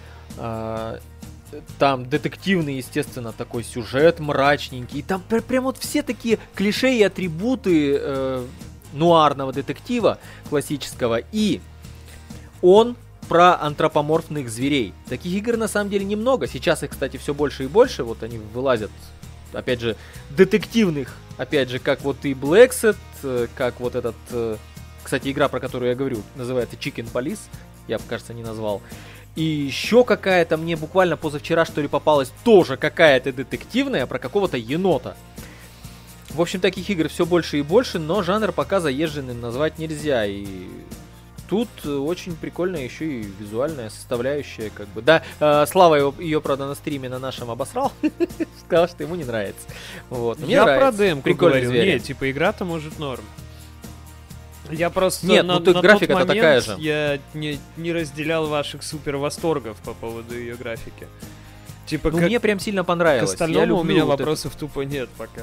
А, Там детективный, естественно, такой сюжет мрачненький. И там пр- прям вот все такие клише и атрибуты э, нуарного детектива классического. И он про антропоморфных зверей. Таких игр на самом деле немного. Сейчас их, кстати, все больше и больше. Вот они вылазят, опять же, детективных. Опять же, как вот и Blackset, э, как вот этот... э, Кстати, игра, про которую я говорю, называется Chicken Police. Я, кажется, не назвал. И еще какая-то мне буквально позавчера, что ли, попалась тоже какая-то детективная про какого-то енота. В общем, таких игр все больше и больше, но жанр пока заезженным назвать нельзя. И тут очень прикольная еще и визуальная составляющая, как бы. Да, э, Слава его, ее, правда, на стриме на нашем обосрал. Сказал, что ему не нравится. Вот. Мне Я нравится. про демку Прикольный говорил. зверь. Не, типа игра-то может норм. Я просто Нет, на, ну ты на графика-то тот момент такая же. я не, не разделял ваших супер восторгов по поводу ее графики. Типа, Ну, как- мне прям сильно к понравилось. Я остальному люблю у меня вот это. вопросов тупо нет пока.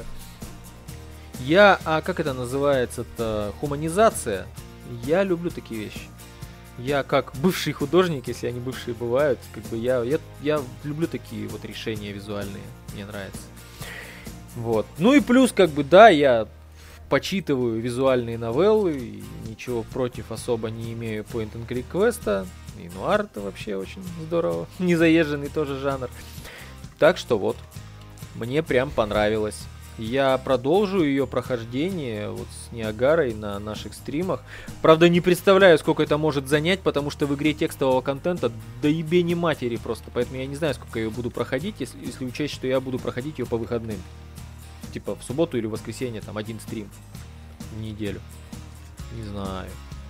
Я, а как это называется-то, хуманизация? Я люблю такие вещи. Я как бывший художник, если они бывшие бывают, как бы я, я, я люблю такие вот решения визуальные, мне нравится. Вот. Ну и плюс, как бы, да, я почитываю визуальные новеллы, и ничего против особо не имею point-and-click квеста, и нуар-то вообще очень здорово, незаезженный тоже жанр. Так что вот, мне прям понравилось. Я продолжу ее прохождение вот с Ниагарой на наших стримах. Правда, не представляю, сколько это может занять, потому что в игре текстового контента да ебени матери просто. Поэтому я не знаю, сколько я ее буду проходить, если, если учесть, что я буду проходить ее по выходным. Типа в субботу или в воскресенье, там один стрим в неделю. Не знаю.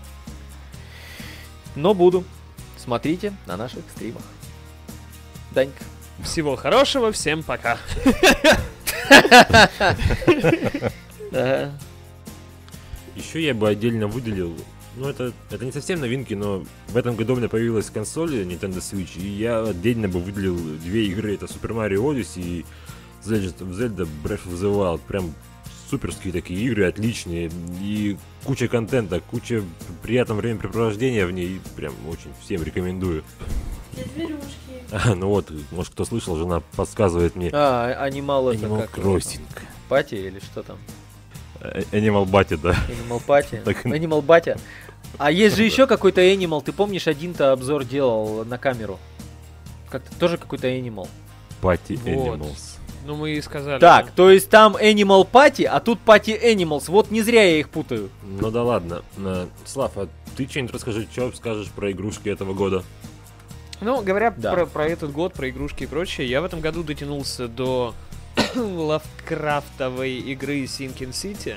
Но буду. Смотрите на наших стримах. Данька. Всего хорошего, всем пока. Да. Еще я бы отдельно выделил, ну это, это не совсем новинки, но в этом году у меня появилась консоль Nintendo Switch, и я отдельно бы выделил две игры, это Super Mario Odyssey и Legend of Zelda Breath of the Wild. Прям суперские такие игры, отличные, и куча контента, куча приятного времяпрепровождения в ней, прям очень всем рекомендую. Зверюшки. А, ну вот, может кто слышал, жена подсказывает мне. А, анимал это Animal как? Crossing. Пати или что там? Э, Animal Batty, да. Animal Party. Так. Animal Батя. А есть же еще какой-то Animal, ты помнишь, один-то обзор делал на камеру? Как-то тоже какой-то Animal. Party Вот. Animals. Ну, мы и сказали. Так, да. то есть там Animal Party, а тут Party Animals. Вот не зря я их путаю. Ну да ладно. Э, Слав, а ты что-нибудь расскажи, что скажешь про игрушки этого года? Ну, говоря Да. про, про этот год, про игрушки и прочее, я в этом году дотянулся до лавкрафтовой игры Sinking City.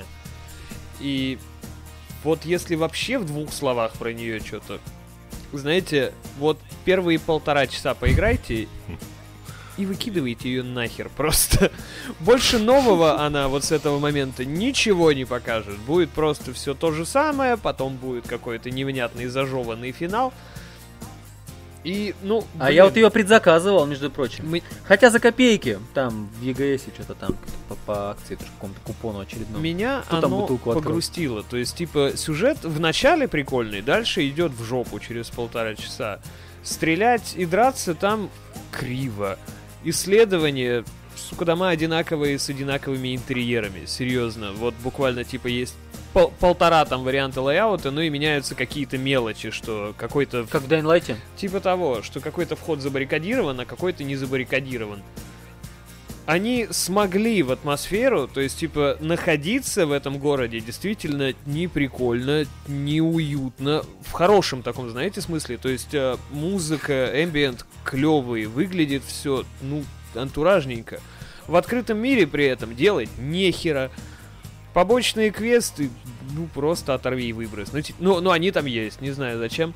И вот если вообще в двух словах про нее что-то, знаете, вот первые полтора часа поиграйте и выкидывайте ее нахер просто. Больше нового она вот с этого момента ничего не покажет. Будет просто все то же самое, потом будет какой-то невнятный зажеванный финал. И, ну, А блин, я вот ее предзаказывал, между прочим. мы- Хотя за копейки, там в ЕГС что-то там по, по акции, тоже какому-то купону очередному. Меня Кто там оно бутылку открыл? погрустило. То есть, типа, сюжет в начале прикольный, дальше идет в жопу через полтора часа. Стрелять и драться там криво. Исследования, сука, дома одинаковые с одинаковыми интерьерами. Серьезно. Вот буквально, типа, есть пол- полтора там варианта лейаута, ну и меняются какие-то мелочи, что какой-то... Как в Dying Light? Типа того, что какой-то вход забаррикадирован, а какой-то не забаррикадирован. Они смогли в атмосферу, то есть, типа, находиться в этом городе действительно не прикольно, не уютно, в хорошем таком, знаете, смысле. То есть, э, музыка, эмбиент клевый, выглядит все, ну, антуражненько. В открытом мире при этом делать нехера. Побочные квесты, ну, просто оторви и выбрось. Ну, ти- ну, ну, они там есть, не знаю зачем.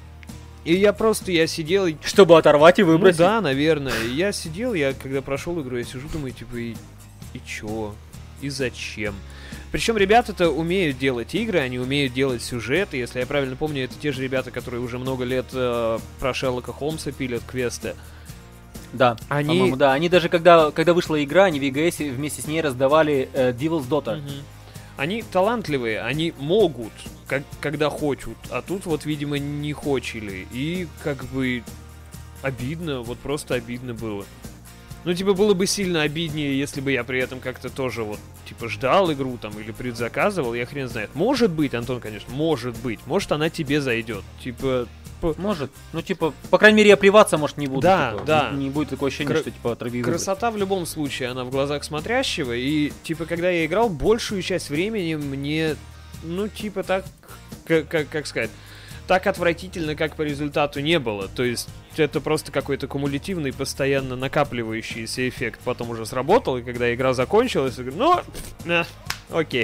И я просто, я сидел и... Чтобы оторвать и Ну выбросить. да, наверное. Я сидел, я когда прошел игру, я сижу, думаю, типа, и, и чё? И зачем? Причем ребята-то умеют делать игры, они умеют делать сюжеты. Если я правильно помню, это те же ребята, которые уже много лет э, про Шерлока Холмса пилят квесты. Да, Они- по-моему, да. Они даже, когда, когда вышла игра, они в ЕГС вместе с ней раздавали э, Devil's Daughter. Мгм. Они талантливые, они могут, как, когда хотят, а тут вот, видимо, не хочели. И как бы обидно, вот просто обидно было. Ну, типа, было бы сильно обиднее, если бы я при этом как-то тоже вот, типа, ждал игру там или предзаказывал, я хрен знает. Может быть, Антон, конечно, может быть. Может, она тебе зайдет. Типа, п- Может. Ну, типа, по крайней мере, я плеваться, может, не буду. Да, типа. да. Не, не будет такое ощущение, Кра- что, типа, отрави и выбрось. красота в любом случае, она в глазах смотрящего. И, типа, когда я играл, большую часть времени мне, ну, типа, так, как, как, как сказать, так отвратительно, как по результату не было. То есть это просто какой-то кумулятивный, постоянно накапливающийся эффект. Потом уже сработал, и когда игра закончилась, я говорю, ну, э, окей,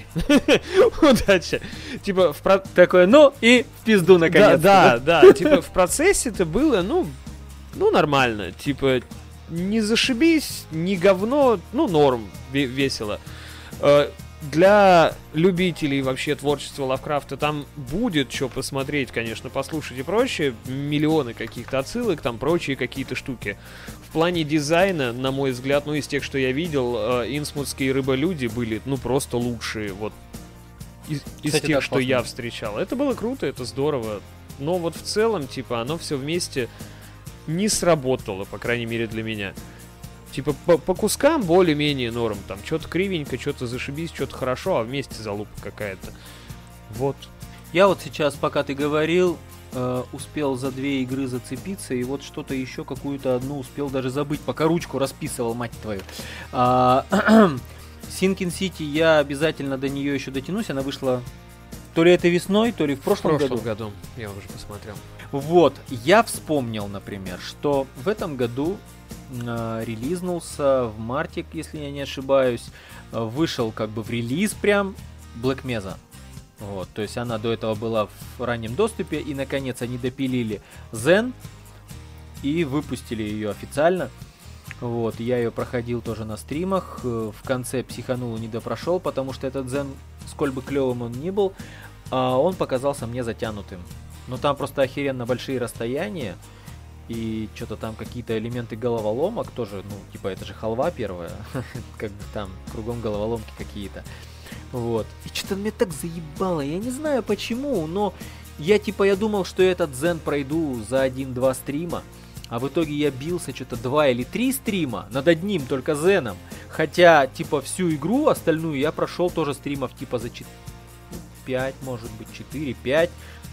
удачи. Типа, в про- Такое, ну, и в пизду, наконец. да, да, да, типа в процессе это было, ну, ну нормально, типа не зашибись, не говно, ну норм, ве- весело. Э, Для любителей вообще творчества Лавкрафта там будет что посмотреть, конечно, послушать и прочее, миллионы каких-то отсылок, там прочие какие-то штуки. В плане дизайна, на мой взгляд, ну из тех, что я видел, э, инсмутские рыболюди были, ну просто лучшие, вот из, из Кстати, тех, да, что классно. я встречал. Это было круто, это здорово. Но вот в целом, типа, оно все вместе не сработало, по крайней мере для меня. Типа, по, по кускам более-менее норм. Там что-то кривенько, что-то зашибись, что-то хорошо, а вместе залупа какая-то. Вот. Я вот сейчас, пока ты говорил, э, успел за две игры зацепиться, и вот что-то еще, какую-то одну успел даже забыть, пока ручку расписывал, мать твою. А, Sinking City, я обязательно до нее еще дотянусь, она вышла то ли это весной, то ли в В прошлом, прошлом году. году я уже посмотрел. Вот, я вспомнил, например, что в этом году э, релизнулся в марте, если я не ошибаюсь, э, вышел как бы в релиз прям Black Mesa. Вот, то есть она до этого была в раннем доступе, и наконец они допилили Zen и выпустили ее официально. Вот, я ее проходил тоже на стримах, э, в конце психанул и не допрошел, потому что этот Zen, сколь бы клевым он ни был, а, он показался мне затянутым. Но там просто охеренно большие расстояния, и что-то там какие-то элементы головоломок тоже, ну, типа, это же халва первая, как бы там кругом головоломки какие-то. Вот. И что-то меня так заебало. Я не знаю почему, но я типа я думал, что я этот Zen пройду за один-два стрима. А в итоге я бился что-то два или три стрима над одним только Зеном. Хотя, типа, всю игру остальную я прошел тоже стримов типа за пять, может быть, четыре-пять.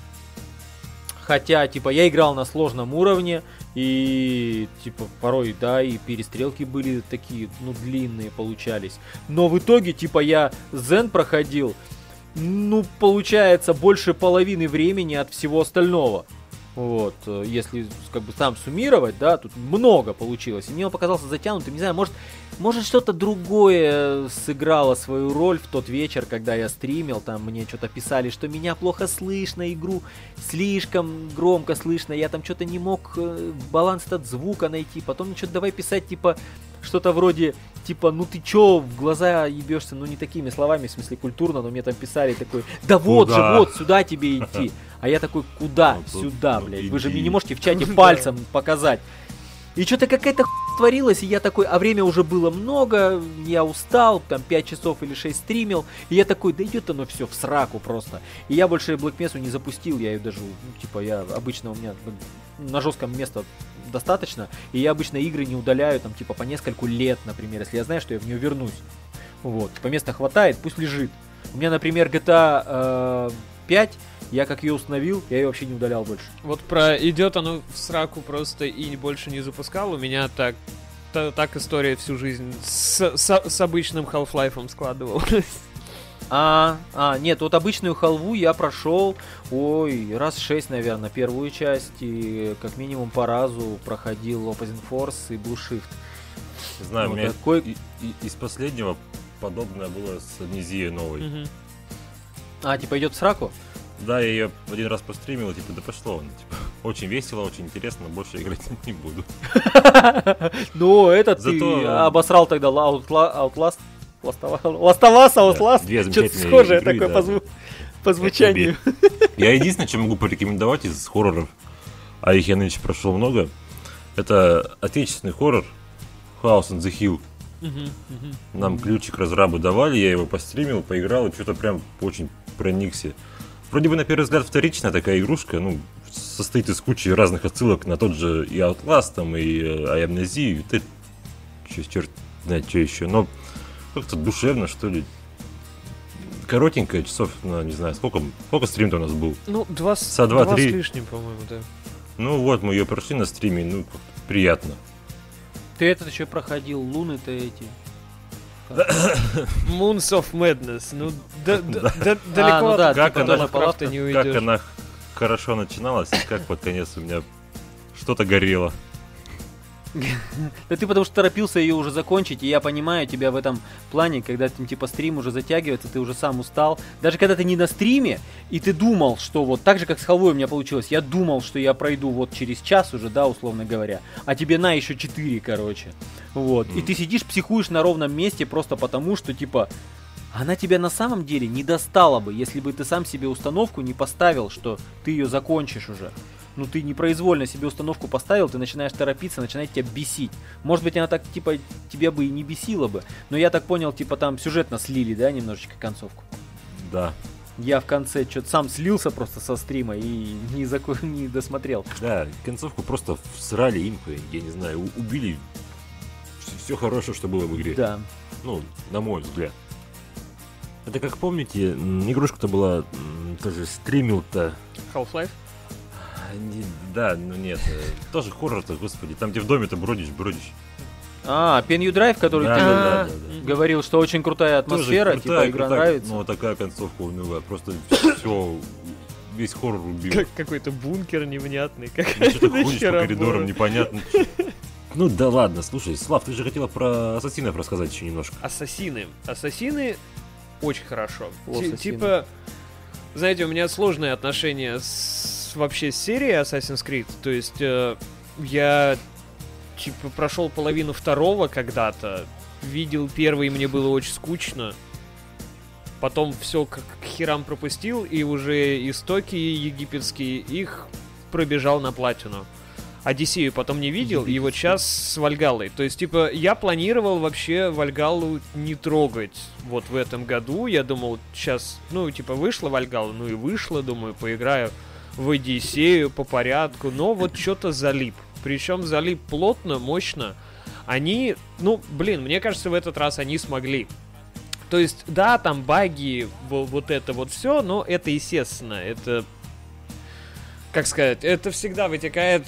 Хотя, типа, я играл на сложном уровне. И, типа, порой, да, и перестрелки были такие, ну, длинные получались. Но в итоге, типа, я Зен проходил, ну, получается, больше половины времени от всего остального. Вот, если как бы там суммировать, да, тут много получилось. И мне он показался затянутым, не знаю, может, может что-то другое сыграло свою роль в тот вечер, когда я стримил, там мне что-то писали, что меня плохо слышно, игру слишком громко слышно, я там что-то не мог баланс от звука найти, потом мне что-то давай писать, типа, что-то вроде, типа, ну ты чё, в глаза ебешься, ну не такими словами, в смысле культурно, но мне там писали такой, да вот куда? же, вот, сюда тебе идти. А я такой, куда? Ну, Сюда, ну, блядь. иди. Вы же мне не можете в чате пальцем показать. И что-то какая-то хуйня творилась, и я такой, а время уже было много, я устал, там пять часов или шесть стримил, и я такой, да идет оно все в сраку просто. И я больше Black Mesa не запустил, я ее даже, ну, типа, я обычно у меня на жестком места достаточно, и я обычно игры не удаляю, там, типа, по нескольку лет, например, если я знаю, что я в нее вернусь. Вот, типа, места хватает, пусть лежит. У меня, например, джи ти эй пять, я как ее установил, я ее вообще не удалял больше. Вот про идет оно в сраку просто и больше не запускал, у меня так, та, так история всю жизнь с, с, с обычным Half-Life'ом складывалась. А, а, нет, вот обычную халву я прошел, ой, раз шесть, наверное, первую часть, и как минимум по разу проходил Opposing Force и Blue Shift. Не знаю, Вот у меня такой... и- и- из последнего подобное было с Амнезией новой. Мгм. А, типа идет в сраку? Да, я ее один раз постримил, и типа, да пошло. Ну, типа, очень весело, очень интересно, больше играть не буду. Ну, это ты Зато- обосрал тогда Outla- Outlast, Ластовас, Outlast, две что-то замечательные схожее игры, такое да. по зву- по звучанию. Я единственное, что могу порекомендовать из хорроров, а их я нынче прошел много, это отечественный хоррор House on the Hill. Мгм, мгм. Нам ключик разрабы давали, я его постримил, поиграл и что-то прям очень проникся. Вроде бы на первый взгляд вторичная такая игрушка, ну, состоит из кучи разных отсылок на тот же и Outlast, там, и э, Amnesia, и ты, чё- черт знает, что еще, но как-то душевно, что ли. Коротенькая, часов, ну, не знаю, сколько, сколько стрим-то у нас был? Ну, два, с- Часа два, два три. с лишним, по-моему, да. Ну вот, мы ее прошли на стриме, ну, как-то приятно. Ты этот еще проходил, луны-то эти. Moons of Madness, ну, да- да- да- А, далеко ну да, от как типа она- тоже Крафта не уйдешь. Как она хорошо начиналась, и как под конец у меня что-то горело. Да ты потому что торопился ее уже закончить, и я понимаю тебя в этом плане, когда там типа стрим уже затягивается, ты уже сам устал. Даже когда ты не на стриме, и ты думал, что вот так же, как с халвой у меня получилось, я думал, что я пройду вот через час уже, да, условно говоря, а тебе на еще четыре, короче. Вот. И ты сидишь, психуешь на ровном месте просто потому, что типа она тебя на самом деле не достала бы, если бы ты сам себе установку не поставил, что ты ее закончишь уже. Ну, ты непроизвольно себе установку поставил, ты начинаешь торопиться, начинает тебя бесить. Может быть, она так, типа, тебя бы и не бесила бы. Но я так понял, типа, там сюжетно слили, да, немножечко концовку. Да. Я в конце что-то сам слился просто со стрима и не, зако- не досмотрел. Да, концовку просто всрали импы, я не знаю, у- убили все хорошее, что было в игре. Да. Ну, на мой взгляд. Это как помните, м, игрушка-то была, м, тоже стримил-то. Half-Life? А, не- да, ну нет, э, тоже хоррор-то, господи, там где в доме-то бродишь, бродишь. А, Pen You Drive, который Да, ты да, э, да, да, да. говорил, что очень крутая атмосфера, Тоже типа, крутая, игра крутая, нравится. Но такая концовка унылая, просто все, весь хоррор убил. Как какой-то бункер невнятный. Как Ну, что ты ходишь по нахера коридорам, было? непонятно. Ну да ладно, слушай, Слав, ты же хотела про ассасинов рассказать еще немножко. Ассасины. Ассасины очень хорошо. О, Ти- ассасины. Типа, знаете, у меня сложные отношения с вообще с серией Assassin's Creed. То есть э, я типа прошел половину второго когда-то, видел первый, мне было очень скучно. Потом все как к херам пропустил, и уже истоки египетские их пробежал на платину. Одиссею потом не видел, и вот сейчас с Вальгаллой. То есть, типа, я планировал вообще Вальгаллу не трогать вот в этом году. Я думал, сейчас, ну, типа, вышла Вальгалла, ну и вышла, думаю, поиграю в Одиссею по порядку. Но вот что-то залип. Причем залип плотно, мощно. Они, ну, блин, мне кажется, в этот раз они смогли. То есть, да, там баги, вот это вот все, но это естественно, это, как сказать, это всегда вытекает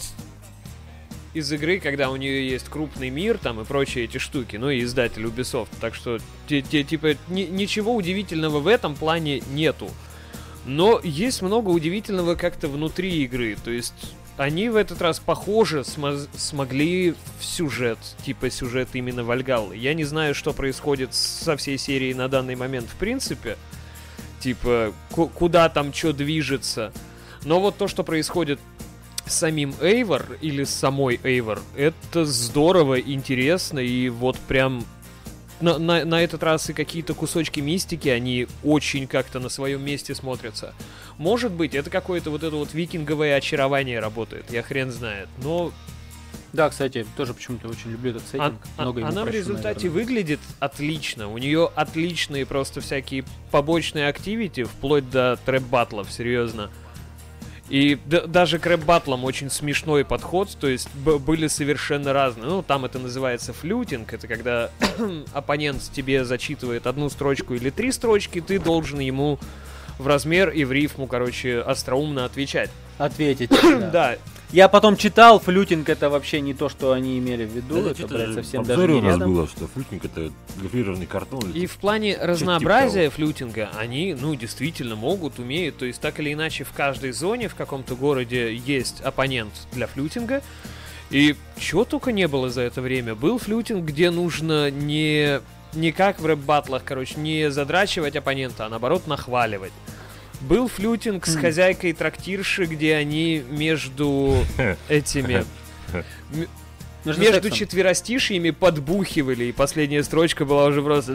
из игры, когда у нее есть крупный мир, там, и прочие эти штуки, ну, и издатель Ubisoft, так что, те, те, типа, ни, ничего удивительного в этом плане нету. Но есть много удивительного как-то внутри игры, то есть... Они в этот раз, похоже, смо- смогли в сюжет, типа сюжет именно Вальгаллы. Я не знаю, что происходит со всей серией на данный момент в принципе. Типа, к- куда там что движется. Но вот то, что происходит с самим Эйвор или с самой Эйвор, это здорово, интересно. И вот прям на, на, на этот раз и какие-то кусочки мистики, они очень как-то на своем месте смотрятся. Может быть, это какое-то вот это вот викинговое очарование работает, я хрен знает, но... Да, кстати, тоже почему-то очень люблю этот сеттинг. А, Много ему она прощу, в результате наверное. выглядит отлично, у нее отличные просто всякие побочные активити, вплоть до трэп-баттлов, серьезно. И д- даже к рэп-баттлам очень смешной подход, то есть б- были совершенно разные. Ну, там это называется флютинг, это когда оппонент тебе зачитывает одну строчку или три строчки, ты должен ему в размер и в рифму, короче, остроумно отвечать. Ответить. Да. Да. Я потом читал, флютинг это вообще не то, что они имели в виду, Да, это, что-то блядь, же совсем в даже обзоре не у нас рядом. было, что флютинг это гофрированный картон. И в плане разнообразия флютинга они, ну, действительно могут, умеют. То есть, так или иначе, в каждой зоне, в каком-то городе есть оппонент для флютинга. И чего только не было за это время. Был флютинг, где нужно не, не как в рэп-баттлах, короче, не задрачивать оппонента, а наоборот нахваливать. Был флютинг с хозяйкой трактирши, где они между этими... м- Между Между сексом. четверостишьями подбухивали, и последняя строчка была уже просто...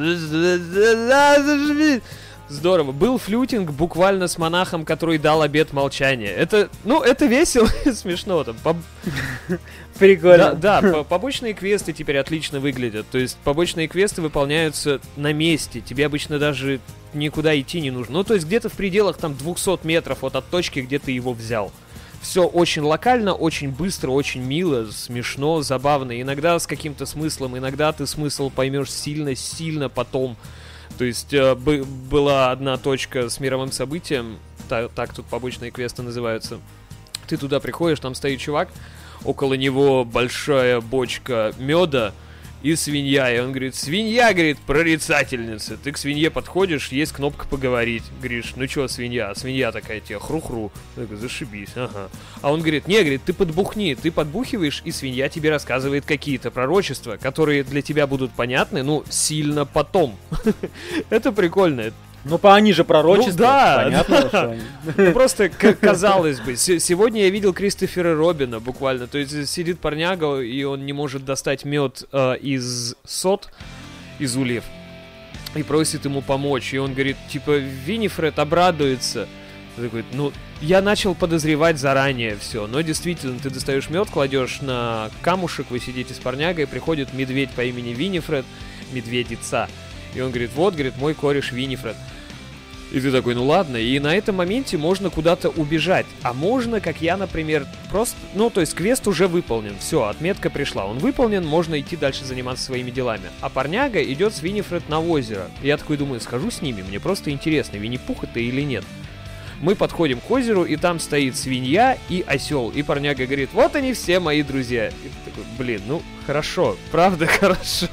Здорово. Был флютинг буквально с монахом, который дал обет молчания. Это, ну, это весело и смешно. Там, по- Прикольно. Да, да, по- побочные квесты теперь отлично выглядят. То есть побочные квесты выполняются на месте. Тебе обычно даже никуда идти не нужно. Ну, то есть где-то в пределах там двухсот метров вот от точки, где ты его взял. Все очень локально, очень быстро, очень мило, смешно, забавно. Иногда с каким-то смыслом, иногда ты смысл поймешь сильно-сильно потом. То есть э, бы- была одна точка с мировым событием, та- так тут побочные квесты называются. Ты туда приходишь, там стоит чувак, около него большая бочка меда и свинья. И он говорит: свинья, говорит, прорицательница. Ты к свинье подходишь, есть кнопка поговорить. Говоришь: ну чё, свинья? А свинья такая тебе: хру-хру. Ты такой: зашибись, ага. А он говорит: не, говорит, ты подбухни. Ты подбухиваешь, и свинья тебе рассказывает какие-то пророчества, которые для тебя будут понятны, ну, сильно потом. Это прикольно. Ну, по они же пророчества. Ну, да, Понятно, да. что они. Ну, просто, к- казалось бы, се- сегодня я видел Кристофера Робина буквально. То есть сидит парняга, и он не может достать мед э, из сот, из ульев, и просит ему помочь. И он говорит, типа, Винифред обрадуется. Он такой: ну, я начал подозревать заранее все. Но действительно, ты достаешь мед, кладешь на камушек, вы сидите с парнягой, приходит медведь по имени Винифред, медведица. И он говорит: вот, говорит, мой кореш Винифред. И ты такой: ну ладно. И на этом моменте можно куда-то убежать. А можно, как я, например, просто... Ну, то есть квест уже выполнен. Все, отметка пришла. Он выполнен, можно идти дальше заниматься своими делами. А парняга идет с Винифред на озеро. И я такой думаю: схожу с ними, мне просто интересно, Винни-Пух это или нет. Мы подходим к озеру, и там стоит свинья и осел. И парняга говорит: вот они все мои друзья. И ты такой: блин, ну хорошо, правда хорошо.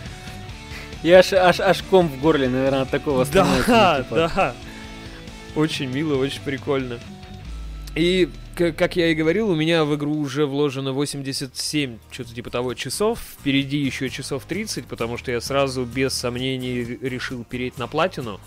Я аж, аж, аж ком в горле, наверное, от такого становится. Да, ну, типа. да. Очень мило, очень прикольно. И, к- как я и говорил, у меня в игру уже вложено восемьдесят семь, что-то типа того, часов. Впереди еще часов тридцать, потому что я сразу без сомнений р- решил переть на платину.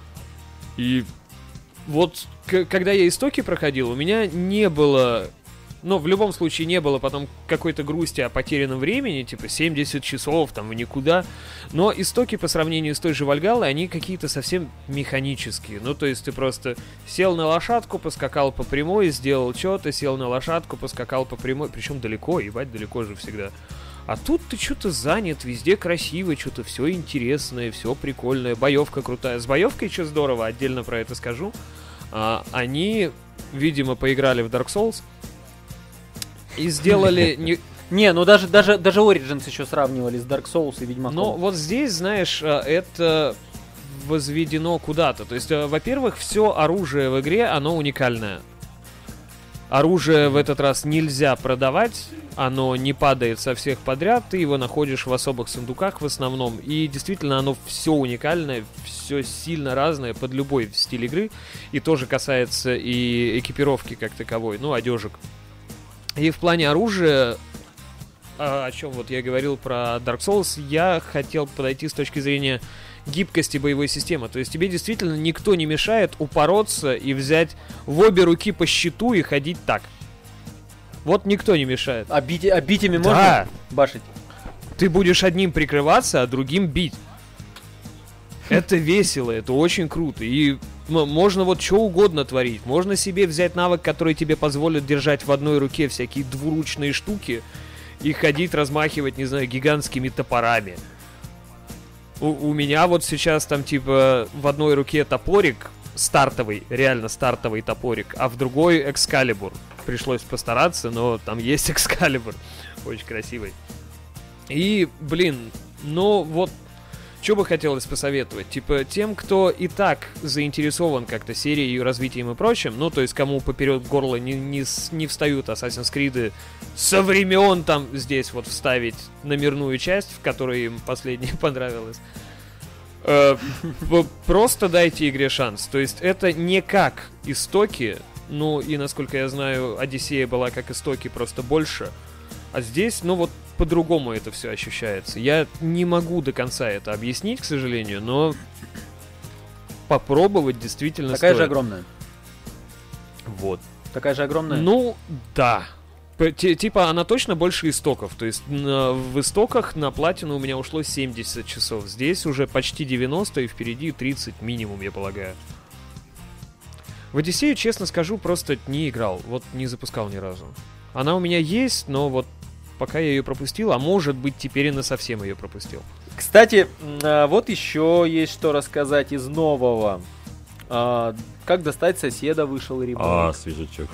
И вот, к- когда я истоки проходил, у меня не было Но в любом случае не было потом какой-то грусти о потерянном времени, типа семьдесят часов, там, в никуда. Но истоки по сравнению с той же Вальгаллой, они какие-то совсем механические. Ну, то есть ты просто сел на лошадку, поскакал по прямой, сделал что-то, сел на лошадку, поскакал по прямой. Причем далеко, ебать, далеко же всегда. А тут ты что-то занят, везде красиво, что-то все интересное, все прикольное, боевка крутая. С боевкой что здорово, отдельно про это скажу. А, они, видимо, поиграли в Dark Souls и сделали... Не... Не, ну даже, даже, даже Origins еще сравнивали с Dark Souls и Ведьмаком. Но вот здесь, знаешь, это возведено куда-то. То есть, во-первых, все оружие в игре, оно уникальное. Оружие в этот раз нельзя продавать, оно не падает со всех подряд, ты его находишь в особых сундуках в основном. И действительно оно все уникальное, все сильно разное под любой стиль игры. И тоже касается и экипировки как таковой, ну, одежек. И в плане оружия, о чем вот я говорил про Dark Souls, я хотел подойти с точки зрения гибкости боевой системы. То есть тебе действительно никто не мешает упороться и взять в обе руки по щиту и ходить так. Вот никто не мешает. А бить, а бить ими можно Да. башить? Ты будешь одним прикрываться, а другим бить. Это весело, это очень круто. И м- можно вот что угодно творить. Можно себе взять навык, который тебе позволит держать в одной руке всякие двуручные штуки и ходить, размахивать, не знаю, гигантскими топорами. У, у меня вот сейчас там типа в одной руке топорик, стартовый, реально стартовый топорик, а в другой Экскалибур. Пришлось постараться, но там есть Экскалибур. Очень красивый. И, блин, ну вот, что бы хотелось посоветовать? Типа, тем, кто и так заинтересован как-то серией, ее развитием и прочим, ну, то есть, кому поперед горла не, не, с- не встают Assassin's Creed со времен там здесь вот вставить номерную часть, в которой им последняя понравилась. Э, п- Просто дайте игре шанс. То есть, это не как истоки, ну, и, насколько я знаю, Одиссея была как истоки, просто больше. А здесь, ну, вот, по-другому это все ощущается. Я не могу до конца это объяснить, к сожалению, но попробовать действительно Такая стоит. же огромная. Вот. Такая же огромная. Ну, да. П- ти- Типа, она точно больше истоков. То есть на- в истоках на платину у меня ушло семьдесят часов. Здесь уже почти девяносто, и впереди тридцать минимум, я полагаю. В Одиссею, честно скажу, просто не играл. Вот не запускал ни разу. Она у меня есть, но вот пока я ее пропустил, а может быть теперь и насовсем ее пропустил. Кстати, м, а, вот еще есть что рассказать из нового. А, как достать соседа вышел ремейк. А, свежачок.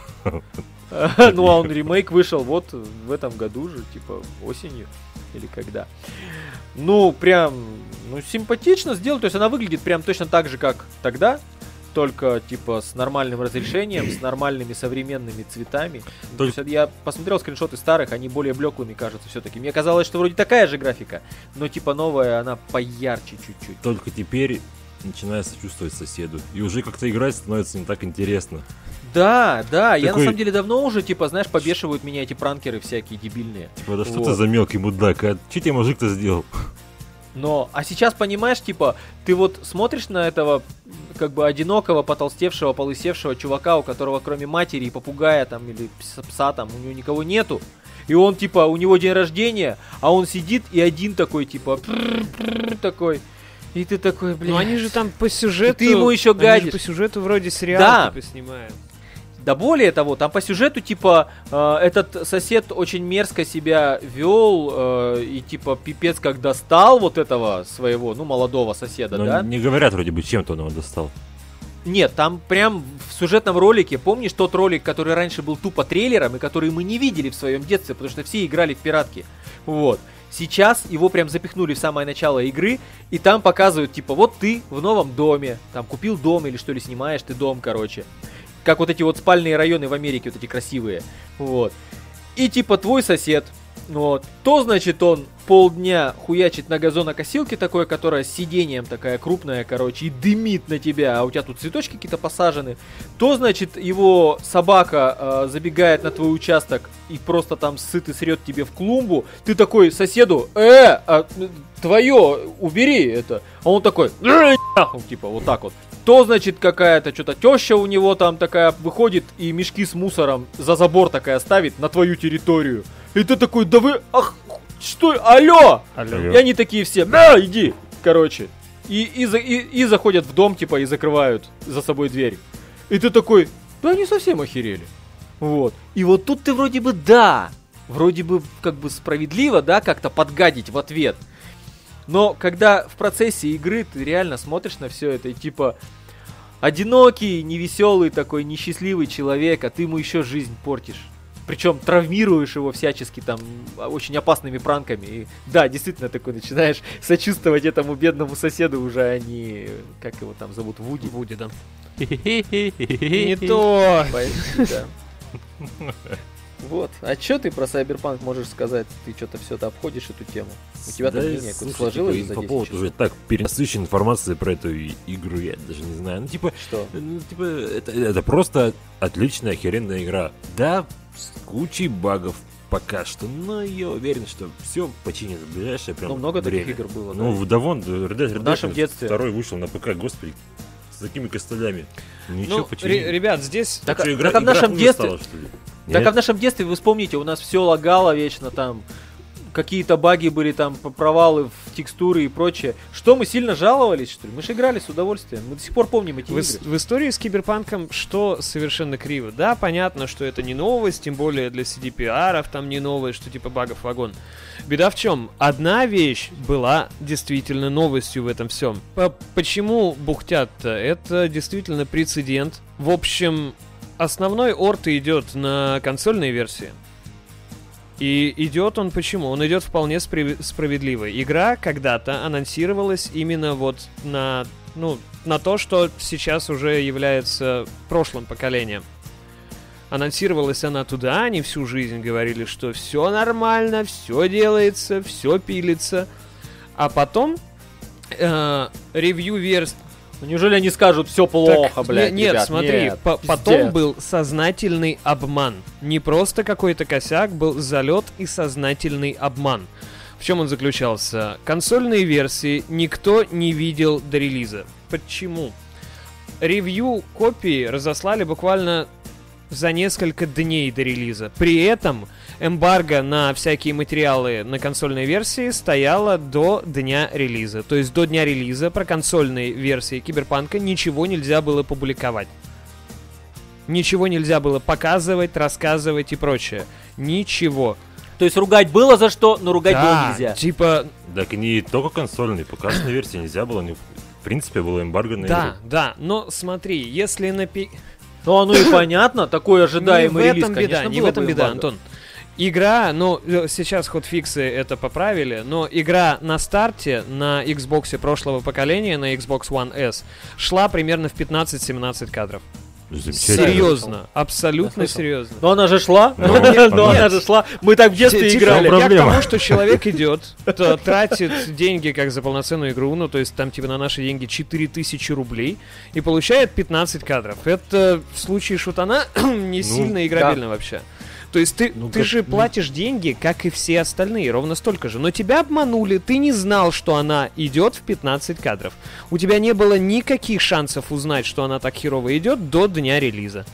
Ну, а он ремейк вышел вот в этом году же, типа осенью или когда. Ну, прям, ну, симпатично сделал. То есть она выглядит прям точно так же, как тогда. Только, типа, с нормальным разрешением, с нормальными современными цветами. То Только- есть я посмотрел скриншоты старых, они более блеклыми кажутся все-таки. Мне казалось, что вроде такая же графика, но, типа, новая, она поярче чуть-чуть. Только теперь начинаю сочувствовать соседу. И уже как-то играть становится не так интересно. Да, да, я на Такой- самом деле давно уже, типа, знаешь, побешивают меня эти пранкеры всякие дебильные. Типа, да что Вот. ты за мелкий мудак? А что тебе мужик-то сделал? Но, а сейчас понимаешь, типа, ты вот смотришь на этого, как бы, одинокого, потолстевшего, полысевшего чувака, у которого кроме матери и попугая там, или пса, пса там, у него никого нету. И он, типа, у него день рождения, а он сидит и один такой, типа, прррр, такой. И ты такой, блин. Ну они же там по сюжету... ты ему еще они же гадишь. по сюжету вроде сериал Да. типа снимают. Да более того, там по сюжету, типа, э, этот сосед очень мерзко себя вел э, и, типа, пипец как достал вот этого своего, ну, молодого соседа, Но да? не говорят вроде бы, чем-то он его достал. Нет, там прям в сюжетном ролике, помнишь тот ролик, который раньше был тупо трейлером и который мы не видели в своем детстве, потому что все играли в пиратки. Вот. Сейчас его прям запихнули в самое начало игры, и там показывают, типа, вот ты в новом доме, там купил дом или что ли, снимаешь ты дом, короче. Как вот эти вот спальные районы в Америке, вот эти красивые. Вот. И типа твой сосед, вот, то, значит, он полдня хуячит на газонокосилке такой, которая с сиденьем такая крупная, короче, и дымит на тебя, а у тебя тут цветочки какие-то посажены. То, значит, его собака э, забегает на твой участок и просто там сыт и срет тебе в клумбу. Ты такой соседу, э, а, твое, убери это. А он такой, «Э, нахуй», типа, вот так вот. то, значит, какая-то что-то теща у него там такая выходит и мешки с мусором за забор такая ставит на твою территорию. И ты такой, да вы, ах, что, алло! Алло. И они такие все, да, иди, короче. И, и, за- и, и заходят в дом, типа, и закрывают за собой дверь. И ты такой, да они совсем охерели. Вот. И вот тут ты вроде бы, да, вроде бы как бы справедливо, да, как-то подгадить в ответ. Но когда в процессе игры ты реально смотришь на все это и типа одинокий, невеселый такой, несчастливый человек, а ты ему еще жизнь портишь. Причем травмируешь его всячески там очень опасными пранками. И да, действительно такой начинаешь сочувствовать этому бедному соседу уже, а не, как его там зовут, Вуди. Вуди, да. Не то. Да. Вот. А что ты про Cyberpunk можешь сказать? Ты что-то все это обходишь эту тему. У тебя там Да, мнение какое-то слушай, сложилось типа, за десять инфоповод часов? уже так перенасыщен информацией про эту и- игру, я даже не знаю. Ну, типа, Что? ну, типа это, это просто отличная, охеренная игра. Да, с кучей багов пока что, но я уверен, что все починит в ближайшее прям Ну, много время. таких игр было, Ну, да? да вон, Red Dead В нашем Redemption детстве. второй вышел на ПК, господи, с такими костылями. Ничего, Ну, починили. ре- ребят, здесь... Так, Что, а- игра- так а в игра нашем хуже детстве... стала, что ли? Так Нет? а в нашем детстве, вы вспомните, у нас все лагало вечно там, какие-то баги были там, п- провалы в текстуры и прочее. Что, мы сильно жаловались, что ли? Мы же играли с удовольствием. Мы до сих пор помним эти В, ис- игры. в истории с Киберпанком что совершенно криво? Да, понятно, что это не новость, тем более для си ди пи ар-ов там не новость, что типа багов вагон. Беда в чем? Одна вещь была действительно новостью в этом всем. По- Почему бухтят-то? Это действительно прецедент. В общем, основной орт идет на консольной версии. И идет он почему? Он идет вполне спри- справедливо. Игра когда-то анонсировалась именно вот на, ну, на то, что сейчас уже является прошлым поколением. Анонсировалась она туда, они всю жизнь говорили, что все нормально, все делается, все пилится. А потом э, ревью-версия... Ну, неужели они скажут, все плохо, Так, блядь, не- Нет, ребят? смотри, Нет, по- пиздец. потом был сознательный обман. Не просто какой-то косяк, был залет и сознательный обман. В чем он заключался? Консольные версии никто не видел до релиза. Почему? Ревью копии разослали буквально за несколько дней до релиза. При этом эмбарго на всякие материалы на консольной версии стояло до дня релиза. То есть до дня релиза про консольные версии Киберпанка ничего нельзя было публиковать. Ничего нельзя было показывать, рассказывать и прочее. Ничего. То есть ругать было за что, но ругать было Да, нельзя. типа, Так не только консольный, показанной версии нельзя было, не- в принципе, было эмбарго на да, игру. да. Но смотри, если на пи- Ну, оно и понятно, такой не в ожидаемый релиз, этом беда, конечно, не в было этом бы беда, эмбарго. Антон. Игра, ну, э, сейчас хотфиксы это поправили, но игра на старте на Xbox прошлого поколения, на Xbox One S, шла примерно в пятнадцать-семнадцать кадров. Замечательно. Серьезно, абсолютно Я слышал. серьезно. Но она же шла, Ну, но понятно. она же шла. Мы так в детстве Типа, играли. Я к проблема. тому, что человек идет, то тратит деньги как за полноценную игру, ну, то есть там типа на наши деньги четыре тысячи рублей, и получает пятнадцать кадров. Это в случае шутана не сильно играбельно вообще. То есть ты, Ну, ты как- же платишь деньги, как и все остальные, ровно столько же. Но тебя обманули, ты не знал, что она идет в пятнадцать кадров. У тебя не было никаких шансов узнать, что она так херово идет до дня релиза.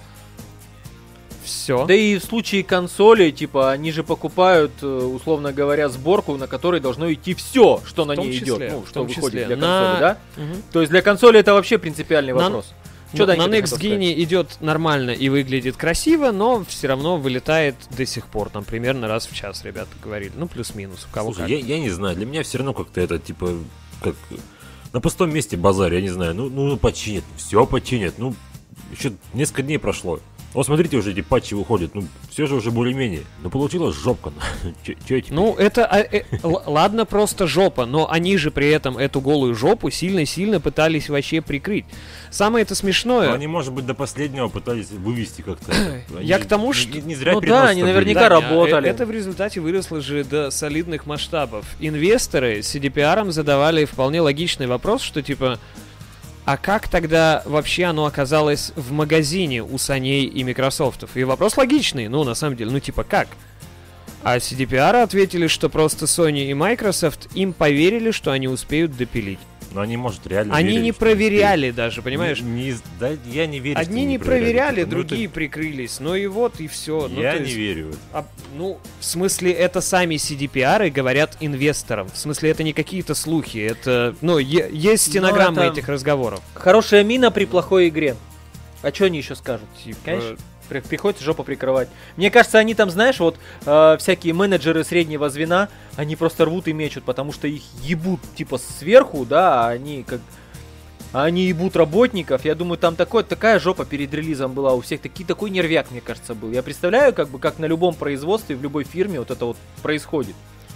Все. Да и в случае консоли, типа, они же покупают, э, условно говоря, сборку, на которой должно идти все, что на В том ней числе, идет, ну, в что том выходит числе. для На- консоли, да? Мгм. То есть для консоли это вообще принципиальный На- вопрос. Ну, Чё, Даня, на ты хотел Next сказать? Gen идет нормально и выглядит красиво, но все равно вылетает до сих пор, там примерно раз в час, ребята говорили. Ну, плюс-минус, у кого Слушай, как. я, я не знаю, для меня все равно как-то это, типа, как на пустом месте базар, я не знаю, ну, ну починят, все починят, ну, еще несколько дней прошло. Вот смотрите, уже эти патчи выходят, ну, все же уже более-менее. Ну, получилась жопка. Че эти? Ну, это, а, э, л- ладно, просто жопа, но они же при этом эту голую жопу сильно-сильно пытались вообще прикрыть. Самое это смешное... Они, может быть, до последнего пытались вывести как-то. Они Я же к тому, не- что- Не, не зря Ну перенос да, они такой наверняка делали. Да, работали. э, Это в результате выросло же до солидных масштабов. Инвесторы с си ди пи ар задавали вполне логичный вопрос, что типа, а как тогда вообще оно оказалось в магазине у Sony и Microsoft? И вопрос логичный, ну на самом деле, ну типа как? А си ди пи ар ответили, что просто Sony и Microsoft им поверили, что они успеют допилить. Но они, может, реально Они верили, не что проверяли успеют. даже, понимаешь? Не, не, да, я не верю, Одни что не проверяли, потому другие это- прикрылись. Ну и вот, и все. Ну, Я то не есть, верю. а, ну, в смысле, это сами си ди пи ар говорят инвесторам. В смысле, это не какие-то слухи. Это, ну, е- есть стенограммы это- этих разговоров. Хорошая мина при плохой игре. А что они еще скажут? Типа, Конечно. При- Приходится жопу прикрывать. Мне кажется, они там, знаешь, вот э, всякие менеджеры среднего звена, они просто рвут и мечут, потому что их ебут типа сверху, да, а они как... а они ебут работников. Я думаю, там такой, такая жопа перед релизом была у всех. Таки, такой нервяк, мне кажется, был. Я представляю, как бы, как на любом производстве, в любой фирме вот это вот происходит.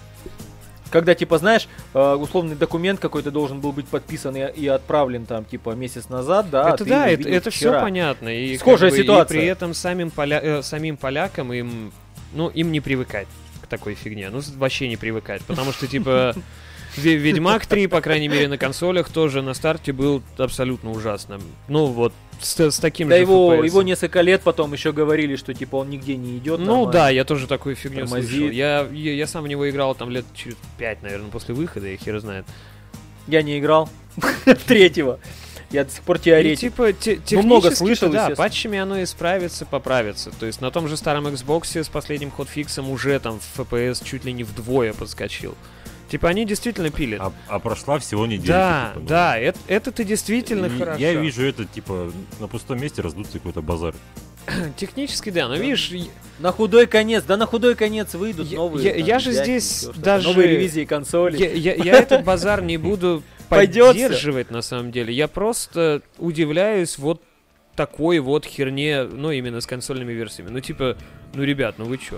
Когда, типа, знаешь, э, условный документ какой-то должен был быть подписан и, и отправлен там, типа, месяц назад, да, а это ты да, его это, видел это все вчера. понятно. И, Схожая как бы, ситуация. И при этом самим, поля... э, самим полякам им, ну, им не привыкать к такой фигне. Ну, вообще не привыкать. Потому что, типа, Ве- Ведьмак три, по крайней мере, на консолях тоже на старте был абсолютно ужасным. Ну, вот, с, с таким Да же его, эф пи эс. его несколько лет потом еще говорили, что типа он нигде не идет. Ну нормально. да, я тоже такую фигню Тормозит. слышал. Я, я, я сам в него играл там лет через пять, наверное, после выхода, и хер знает. Я не играл. Третьего. Я до сих пор И, теоретик. типа, те- Ну, много технически-то, слышал, да, естественно. патчами оно исправится, поправится. То есть на том же старом Xbox с последним хотфиксом уже там в эф пи эс чуть ли не вдвое подскочил. Типа они действительно пилят. А, а прошла всего неделя. да, типа, ну. да, это, это-то действительно И хорошо. Я вижу это, типа, на пустом месте раздуться какой-то базар. Технически, да, но видишь, и- На худой конец, да на худой конец выйдут Я- новые. я- там, я же дядьки, здесь всё что-то. даже- Новые ревизии консолей. я, я- я этот базар не буду Пойдётся. поддерживать на самом деле. Я просто удивляюсь вот такой вот херне, ну, именно с консольными версиями. Ну, типа, ну, ребят, ну вы чё?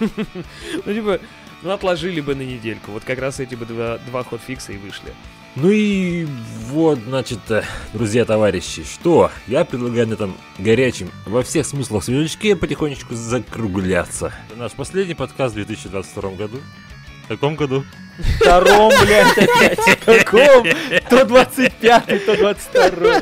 Ну, типа, ну, отложили бы на недельку. Вот как раз эти бы два, два хотфикса и вышли. Ну и вот, значит, э, друзья, товарищи, что? Я предлагаю на этом горячем, во всех смыслах свежачке потихонечку закругляться. Это наш последний подкаст в две тысячи двадцать втором году. В каком году? Втором, блядь, опять. Каком? То двадцать пятый, то двадцать второй.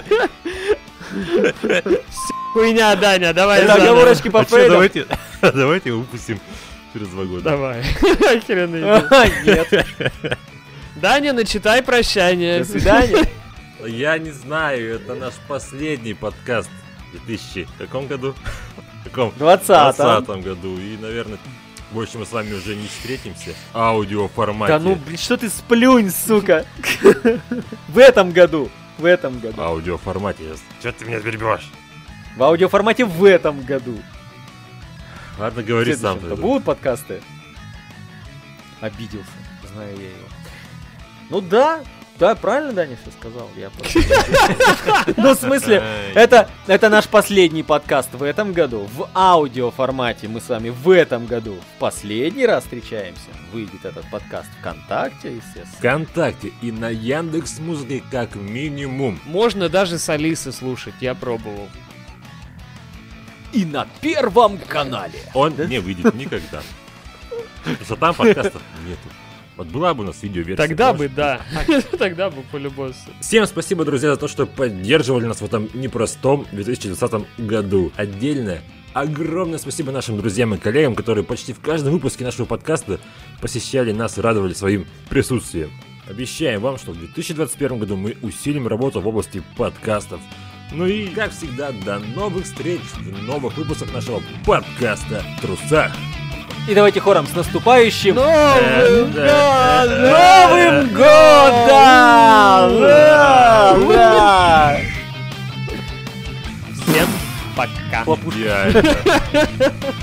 Хуйня, Даня, давай Это заново. оговорочки по А чё, фейдам. давайте, давайте его выпустим через два года. Давай. Охеренная идея. А, нет. Даня, начитай прощание. До свидания. Я не знаю, это наш последний подкаст в две тысячи каком году? В каком? двадцатом. двадцатом году. И, наверное, больше мы с вами уже не встретимся в аудиоформате. Да ну, блин, что ты сплюнь, сука. В этом году. В этом году. Аудиоформате. Че ты меня перебиваешь? В аудиоформате в этом году. Ладно, говори сам. Следующем-то тогда. будут подкасты? Обиделся, знаю я его. Ну да, да, правильно Даня все сказал. Я просто- Ну, в смысле, Ай. это, это наш последний подкаст в этом году. В аудиоформате мы с вами в этом году в последний раз встречаемся. Выйдет этот подкаст ВКонтакте, естественно. ВКонтакте и на Яндекс.Музыке как минимум. Можно даже с Алисы слушать, я пробовал. И на Первом канале. Он не выйдет никогда. Потому что там подкастов нету. Вот была бы у нас видеоверсия. Тогда может бы, да. Тогда бы по-любому. Всем спасибо, друзья, за то, что поддерживали нас в этом непростом две тысячи двадцатом году. Отдельное, огромное спасибо нашим друзьям и коллегам, которые почти в каждом выпуске нашего подкаста посещали нас и радовали своим присутствием. Обещаем вам, что в две тысячи двадцать первом году мы усилим работу в области подкастов. Ну и, как всегда, до новых встреч в новых выпусках нашего подкаста в трусах. И давайте хором с наступающим Новым годом! Новым годом! Да, да. Всем пока! Идеально.